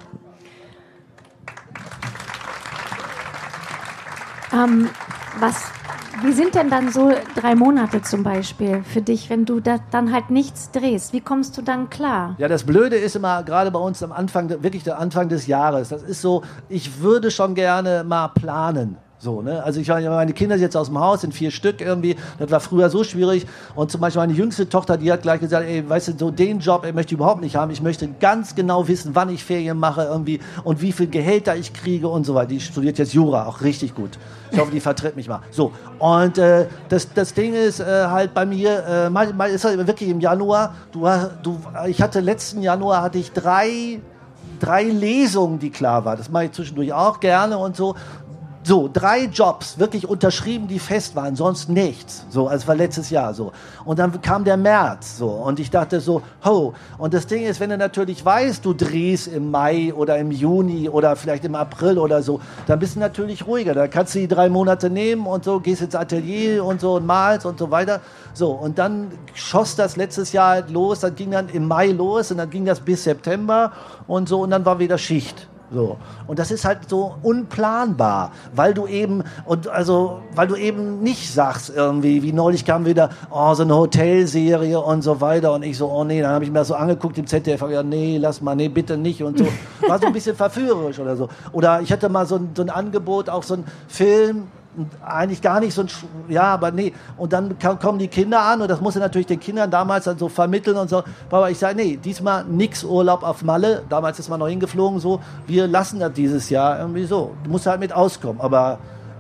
Ähm, was, wie sind denn dann so drei Monate zum Beispiel für dich, wenn du da dann halt nichts drehst? Wie kommst du dann klar? Ja, das Blöde ist immer, gerade bei uns am Anfang, wirklich der Anfang des Jahres, das ist so, ich würde schon gerne mal planen. So, ne? Also ich meine Kinder sind jetzt aus dem Haus, sind vier Stück irgendwie, das war früher so schwierig und zum Beispiel meine jüngste Tochter, die hat gleich gesagt, ey, weißt du, so den Job, ey, möchte ich überhaupt nicht haben, ich möchte ganz genau wissen, wann ich Ferien mache irgendwie und wie viel Gehälter ich kriege und so weiter. Die studiert jetzt Jura, auch richtig gut. Ich hoffe, die vertritt mich mal. So, und äh, das, das Ding ist äh, halt bei mir, äh, mal, mal ist halt wirklich im Januar, du, du, ich hatte letzten Januar, hatte ich drei, drei Lesungen, die klar waren. Das mache ich zwischendurch auch gerne und so. So, drei Jobs, wirklich unterschrieben, die fest waren, sonst nichts. So, also war letztes Jahr so. Und dann kam der März, so. Und ich dachte so, ho. Und das Ding ist, wenn du natürlich weißt, du drehst im Mai oder im Juni oder vielleicht im April oder so, dann bist du natürlich ruhiger. Da kannst du die drei Monate nehmen und so, gehst ins Atelier und so und malst und so weiter. So, und dann schoss das letztes Jahr halt los, dann ging dann im Mai los und dann ging das bis September und so und dann war wieder Schicht. So. Und das ist halt so unplanbar, weil du eben, und also, weil du eben nicht sagst irgendwie, wie neulich kam wieder, oh, so eine Hotelserie und so weiter und ich so, oh nee, dann habe ich mir das so angeguckt im Z D F, ja, nee, lass mal, nee, bitte nicht und so. War so ein bisschen verführerisch oder so. Oder ich hatte mal so ein, so ein Angebot, auch so ein Film, eigentlich gar nicht so ein, ja, aber nee. Und dann kommen die Kinder an und das musste natürlich den Kindern damals dann so vermitteln und so. Aber ich sage, nee, diesmal nix Urlaub auf Malle. Damals ist man noch hingeflogen, so. Wir lassen das dieses Jahr irgendwie so. Du musst halt mit auskommen. Aber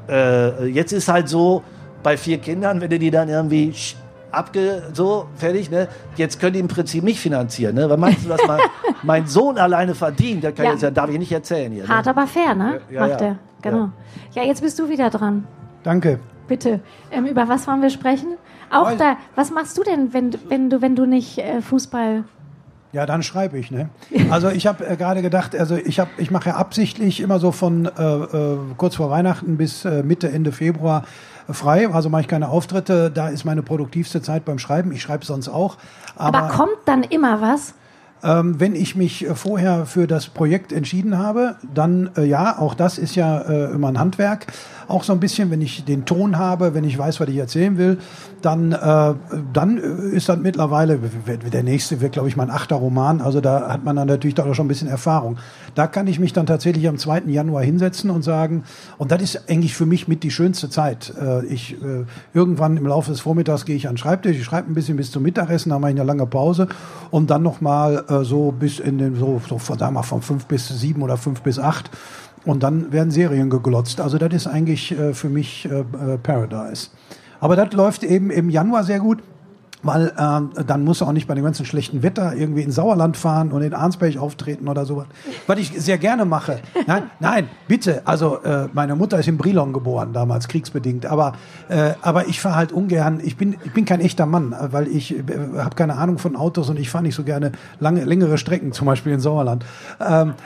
äh, jetzt ist halt so, bei vier Kindern, wenn du die dann irgendwie abge, so, fertig, ne? Jetzt können die im Prinzip mich finanzieren, ne? Was meinst du, dass mein, mein Sohn alleine verdient? Das kann ja. Jetzt, das darf ich nicht erzählen hier. Ne? Hart, aber fair, ne? Ja, Macht ja. er. Genau. Ja. ja, jetzt bist du wieder dran. Danke. Bitte. Ähm, über was wollen wir sprechen? Auch Weil, da, was machst du denn, wenn, wenn, du, wenn du nicht äh, Fußball... Ja, dann schreibe ich, ne? Also ich habe äh, gerade gedacht, also ich habe, ich mache ja absichtlich immer so von äh, äh, kurz vor Weihnachten bis äh, Mitte, Ende Februar frei, also mache ich keine Auftritte, da ist meine produktivste Zeit beim Schreiben, ich schreibe sonst auch. Aber, aber kommt dann immer was? Ähm, wenn ich mich äh, vorher für das Projekt entschieden habe, dann äh, ja, auch das ist ja äh, immer ein Handwerk. Auch so ein bisschen, wenn ich den Ton habe, wenn ich weiß, was ich erzählen will, dann, äh, dann ist das mittlerweile, der nächste wird, glaube ich, mein achter Roman, also da hat man dann natürlich auch schon ein bisschen Erfahrung. Da kann ich mich dann tatsächlich am zweiten Januar hinsetzen und sagen, und das ist eigentlich für mich mit die schönste Zeit. Äh, ich, äh, irgendwann im Laufe des Vormittags gehe ich an den Schreibtisch, ich schreibe ein bisschen bis zum Mittagessen, dann mache ich eine lange Pause und dann nochmal äh, so bis in den, so, so von, sagen wir mal, von fünf bis sieben oder fünf bis acht. Und dann werden Serien geglotzt. Also das ist eigentlich äh, für mich äh, Paradise. Aber das läuft eben im Januar sehr gut, weil äh, dann musst du auch nicht bei dem ganzen schlechten Wetter irgendwie in Sauerland fahren und in Arnsberg auftreten oder sowas. Was ich sehr gerne mache. Nein, nein, bitte. Also äh, meine Mutter ist in Brilon geboren, damals kriegsbedingt. Aber, äh, aber ich fahre halt ungern. Ich bin, ich bin kein echter Mann, weil ich äh, habe keine Ahnung von Autos und ich fahre nicht so gerne lange, längere Strecken, zum Beispiel in Sauerland. Ähm,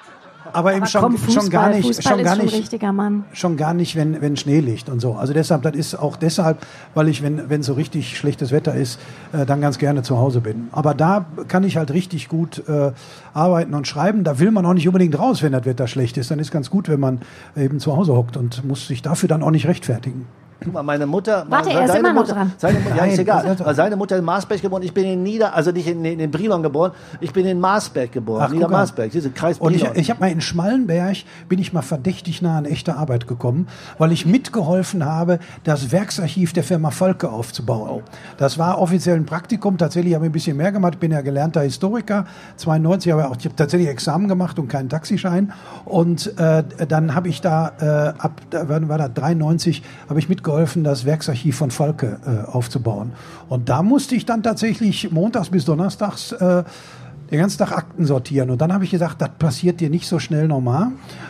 Aber eben Aber schon, komm, Fußball, schon gar nicht, Fußball schon gar ist schon nicht, richtiger Mann. schon gar nicht, wenn, wenn Schnee liegt und so. Also deshalb, das ist auch deshalb, weil ich, wenn, wenn so richtig schlechtes Wetter ist, äh, dann ganz gerne zu Hause bin. Aber da kann ich halt richtig gut äh, arbeiten und schreiben. Da will man auch nicht unbedingt raus, wenn das Wetter schlecht ist. Dann ist ganz gut, wenn man eben zu Hause hockt und muss sich dafür dann auch nicht rechtfertigen. Guck mal, meine Mutter... Warte, meine, er ist immer noch Mutter, dran. Seine, ja, Nein, ist egal. das ist Weil seine Mutter in Marsberg geboren, ich bin in Nieder... Also nicht in, in, in Brilon geboren, ich bin in Marsberg geboren. Ach, Niedermarsberg, diese Kreis Und ich, Brilon. ich habe mal in Schmallenberg, bin ich mal verdächtig nah an echte Arbeit gekommen, weil ich mitgeholfen habe, das Werksarchiv der Firma Volke aufzubauen. Das war offiziell ein Praktikum, tatsächlich habe ich ein bisschen mehr gemacht, bin ja gelernter Historiker, zweiundneunzig, aber auch, ich habe tatsächlich Examen gemacht und keinen Taxischein. Und äh, dann habe ich da, äh, ab, wann war das, dreiundneunzig, habe ich mitgeholfen, das Werksarchiv von Volke äh, aufzubauen. Und da musste ich dann tatsächlich montags bis donnerstags äh, den ganzen Tag Akten sortieren. Und dann habe ich gesagt, das passiert dir nicht so schnell nochmal.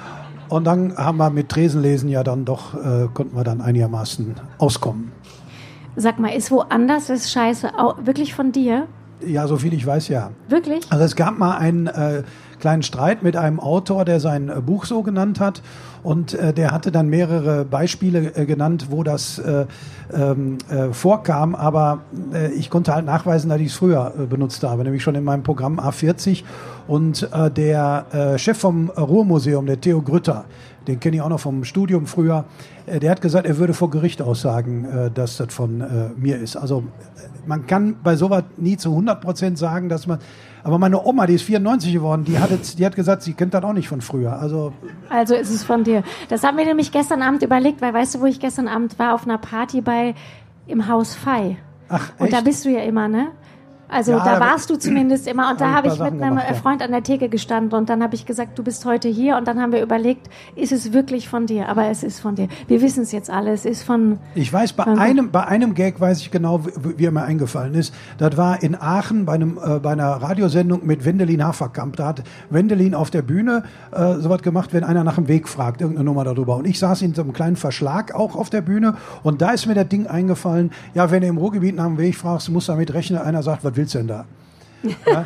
Und dann haben wir mit Tresenlesen ja dann doch, äh, konnten wir dann einigermaßen auskommen. Sag mal, ist woanders das Scheiße auch wirklich von dir? Ja, so viel ich weiß, ja. Wirklich? Also es gab mal einen äh, kleinen Streit mit einem Autor, der sein äh, Buch so genannt hat. Und äh, der hatte dann mehrere Beispiele äh, genannt, wo das äh, ähm, äh, vorkam. Aber äh, ich konnte halt nachweisen, dass ich es früher äh, benutzt habe, nämlich schon in meinem Programm A vierzig. Und äh, der äh, Chef vom Ruhrmuseum, der Theo Grütter, den kenne ich auch noch vom Studium früher, äh, der hat gesagt, er würde vor Gericht aussagen, äh, dass das von äh, mir ist. Also äh, man kann bei sowas nie zu hundert Prozent sagen, dass man... Aber meine Oma, die ist vierundneunzig geworden, die hat, jetzt, die hat gesagt, sie kennt das auch nicht von früher. Also, also ist es von dir. Das haben wir nämlich gestern Abend überlegt, weil weißt du, wo ich gestern Abend war? Auf einer Party bei im Haus Fei. ach, echt? Und da bist du ja immer, ne? Also Ja, da da warst du zumindest immer. Und da hab habe ich ich ein paar mit Sachen einem gemacht, ja. Freund an der Theke gestanden und dann habe ich gesagt, du bist heute hier. Und dann haben wir überlegt, ist es wirklich von dir? Aber es ist von dir. Wir wissen es jetzt alle. Es ist von... Ich weiß, bei von- einem, bei einem Gag weiß ich genau, wie, wie er mir eingefallen ist. Das war in Aachen bei, einem, äh, bei einer Radiosendung mit Wendelin Haferkamp. Da hat Wendelin auf der Bühne äh, sowas gemacht, wenn einer nach dem Weg fragt, irgendeine Nummer darüber. Und ich saß in so einem kleinen Verschlag auch auf der Bühne und da ist mir das Ding eingefallen, ja, wenn du im Ruhrgebiet nach dem Weg fragst, musst du damit rechnen, einer sagt, was willst du denn da? Ja?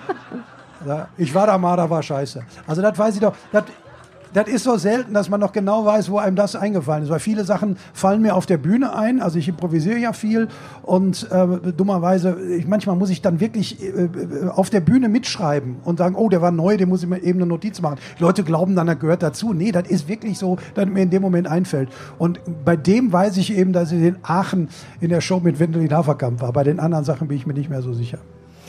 Ja, ich war da mal, da war scheiße. Also das weiß ich doch. Das, das ist so selten, dass man noch genau weiß, wo einem das eingefallen ist. Weil viele Sachen fallen mir auf der Bühne ein. Also ich improvisiere ja viel und äh, dummerweise, ich, manchmal muss ich dann wirklich äh, auf der Bühne mitschreiben und sagen, oh, der war neu, dem muss ich mir eben eine Notiz machen. Die Leute glauben dann, das gehört dazu. Nee, das ist wirklich so, dass mir in dem Moment einfällt. Und bei dem weiß ich eben, dass ich in Aachen in der Show mit Wendelin Haferkamp war. Bei den anderen Sachen bin ich mir nicht mehr so sicher.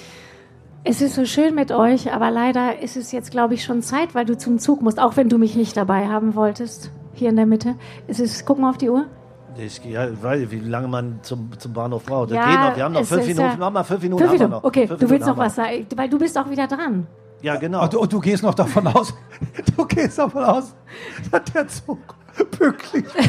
Es ist so schön mit euch, aber leider ist es jetzt, glaube ich, schon Zeit, weil du zum Zug musst, auch wenn du mich nicht dabei haben wolltest, hier in der Mitte. Es ist, guck mal auf die Uhr. Ich ja, weiß, wie lange man zum, zum Bahnhof braucht. Das Ja, geht noch. Wir haben noch es fünf ist Minuten. ja- Mach mal fünf Minuten. Fünf haben wir Minuten. noch. Okay, Fünf du willst Minuten noch haben was sagen, weil du bist auch wieder dran. wir. Ja, genau. Und, und du gehst noch davon aus, du gehst davon aus, dass der Zug pünktlich ist.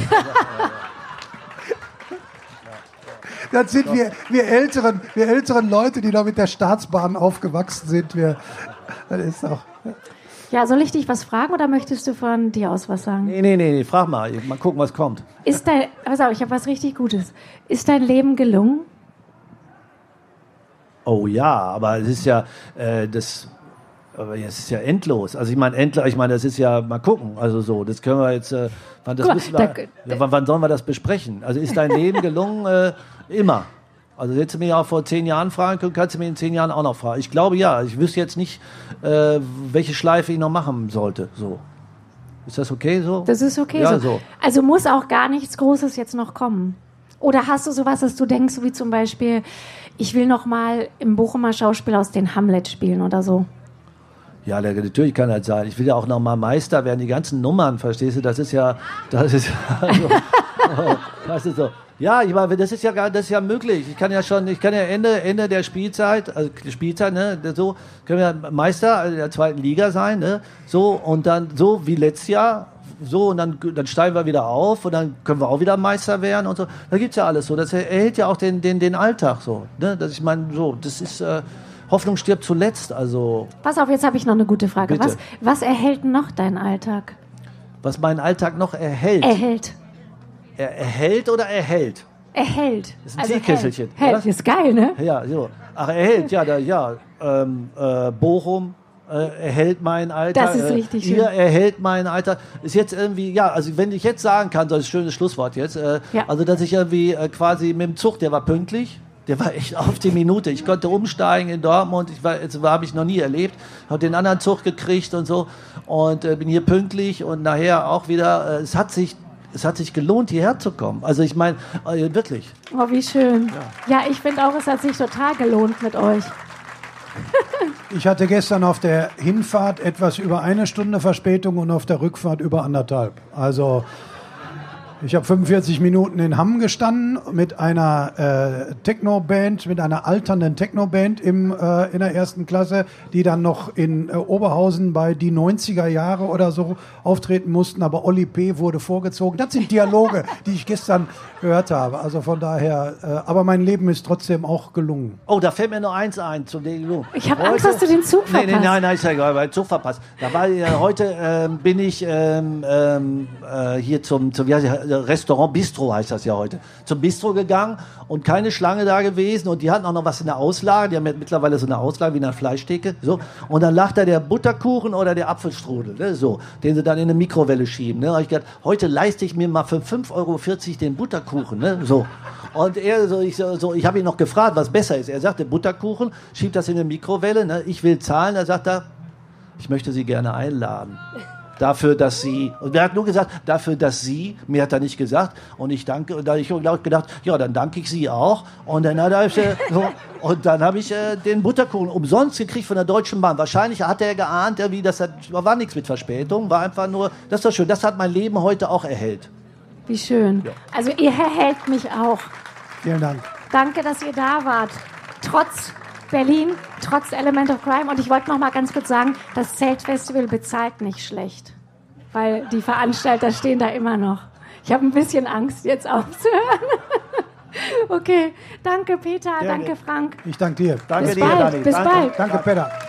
Das sind wir, wir älteren, wir älteren Leute, die noch mit der Staatsbahn aufgewachsen sind. Wir, das ist auch. Ja, soll ich dich was fragen oder möchtest du von dir aus was sagen? Nee, nee, nee, nee, frag mal. Mal gucken, was kommt. Ist dein, pass auf, ich habe was richtig Gutes. Ist dein Leben gelungen? Oh ja, aber es ist ja, äh, das, aber es ist ja endlos. Also ich meine, endlos, ich meine, das ist ja, mal gucken, also so, das können wir jetzt, äh, wann, das Guck mal, müssen wir, da- ja, wann, wann sollen wir das besprechen? Also ist dein Leben gelungen? Äh, immer. Also hättest du mich auch vor zehn Jahren fragen können, kannst du mich in zehn Jahren auch noch fragen. Ich glaube ja, ich wüsste jetzt nicht, äh, welche Schleife ich noch machen sollte, so. Ist das okay so? Das ist okay Ja, so. so. Also muss auch gar nichts Großes jetzt noch kommen. Oder hast du sowas, dass du denkst, so wie zum Beispiel, ich will noch mal im Bochumer Schauspielhaus den Hamlet spielen oder so? Ja, der- natürlich kann das sein. Ich will ja auch noch mal Meister werden. Die ganzen Nummern, verstehst du? Das ist ja, das ist ja so, oh, das ist so. Ja, ich meine, das ist ja gar, das ist ja möglich. Ich kann ja schon, ich kann ja Ende, Ende der Spielzeit, also Spielzeit, ne, so können wir Meister der zweiten Liga sein, ne, so und dann so wie letztes Jahr, so und dann, dann steigen wir wieder auf und dann können wir auch wieder Meister werden und so. Da gibt's ja alles so. Das erhält ja auch den, den, den Alltag so, ne. Das ich meine, so, das ist äh, Hoffnung stirbt zuletzt. Also Pass auf, jetzt habe ich noch eine gute Frage. Bitte. Was, was erhält noch dein Alltag? was meinen Alltag noch erhält. Erhält. Er erhält oder erhält? Erhält. Das ist ein Also Teekesselchen, Hält. Hält. oder? Ist geil, ne? Ja, so. Ach, erhält, ja, da, ja. Ähm, äh, Bochum äh, erhält mein Alter. Das ist äh, richtig Ihr schön. erhält mein Alter. Ist jetzt irgendwie, ja, also wenn ich jetzt sagen kann, so ein schönes Schlusswort jetzt, äh, Ja. also dass ich irgendwie äh, quasi mit dem Zug, der war pünktlich. Der war echt auf die Minute. Ich konnte umsteigen in Dortmund. Ich war, jetzt habe ich noch nie erlebt. Habe den anderen Zug gekriegt und so und äh, bin hier pünktlich und nachher auch wieder. Äh, es hat sich es hat sich gelohnt, hierher zu kommen. Also ich meine, äh, wirklich. Oh, wie schön. Ja, ja ich finde auch, es hat sich total gelohnt mit euch. Ich hatte gestern auf der Hinfahrt etwas über eine Stunde Verspätung und auf der Rückfahrt über anderthalb. Also ich habe fünfundvierzig Minuten in Hamm gestanden mit einer äh, Techno-Band, mit einer alternden Techno-Band im, äh, in der ersten Klasse, die dann noch in äh, Oberhausen bei die neunziger Jahre oder so auftreten mussten. Aber Oli P. wurde vorgezogen. Das sind Dialoge, die ich gestern gehört habe. Also von daher, äh, aber mein Leben ist trotzdem auch gelungen. Oh, da fällt mir nur eins ein zum Dialog. Ich habe Angst, dass du den Zug verpasst. Nee, nee, nein, nein, ist ja egal, weil Zug verpasst. Da war, äh, heute ähm, bin ich ähm, ähm, äh, hier zum, zum wie heißt das, Restaurant Bistro heißt das ja heute, zum Bistro gegangen und keine Schlange da gewesen und die hatten auch noch was in der Auslage, die haben ja mittlerweile so eine Auslage wie eine Fleischtheke, so, und dann lag da der Butterkuchen oder der Apfelstrudel, ne, so, den sie dann in eine Mikrowelle schieben, ne, da hab ich gedacht, heute leiste ich mir mal für fünf Euro vierzig den Butterkuchen, ne, so. Und er, so, ich, so, ich habe ihn noch gefragt, was besser ist. Er sagte, Butterkuchen, schiebt das in eine Mikrowelle, ne, ich will zahlen, er sagt er, ich möchte Sie gerne einladen. Dafür, dass sie, und er hat nur gesagt, dafür, dass sie, mir hat er nicht gesagt, und ich danke, und da habe ich gedacht, ja, dann danke ich sie auch, und dann habe ich, äh, so, und dann habe ich äh, den Butterkuchen umsonst gekriegt von der Deutschen Bahn. Wahrscheinlich hat er geahnt, wie das hat, war nichts mit Verspätung, war einfach nur, das ist doch schön, das hat mein Leben heute auch erhellt. Wie schön. Ja. Also ihr erhellt mich auch. Vielen Dank. Danke, dass ihr da wart. Trotz Berlin, trotz Element of Crime. Und ich wollte noch mal ganz kurz sagen, das Zeltfestival bezahlt nicht schlecht, weil die Veranstalter stehen da immer noch. Ich habe ein bisschen Angst, jetzt aufzuhören. Okay, danke Peter, Gerne. Danke Frank. Ich danke dir. Danke Bis dir, bald. Dani. Bis danke. bald. Danke, Peter.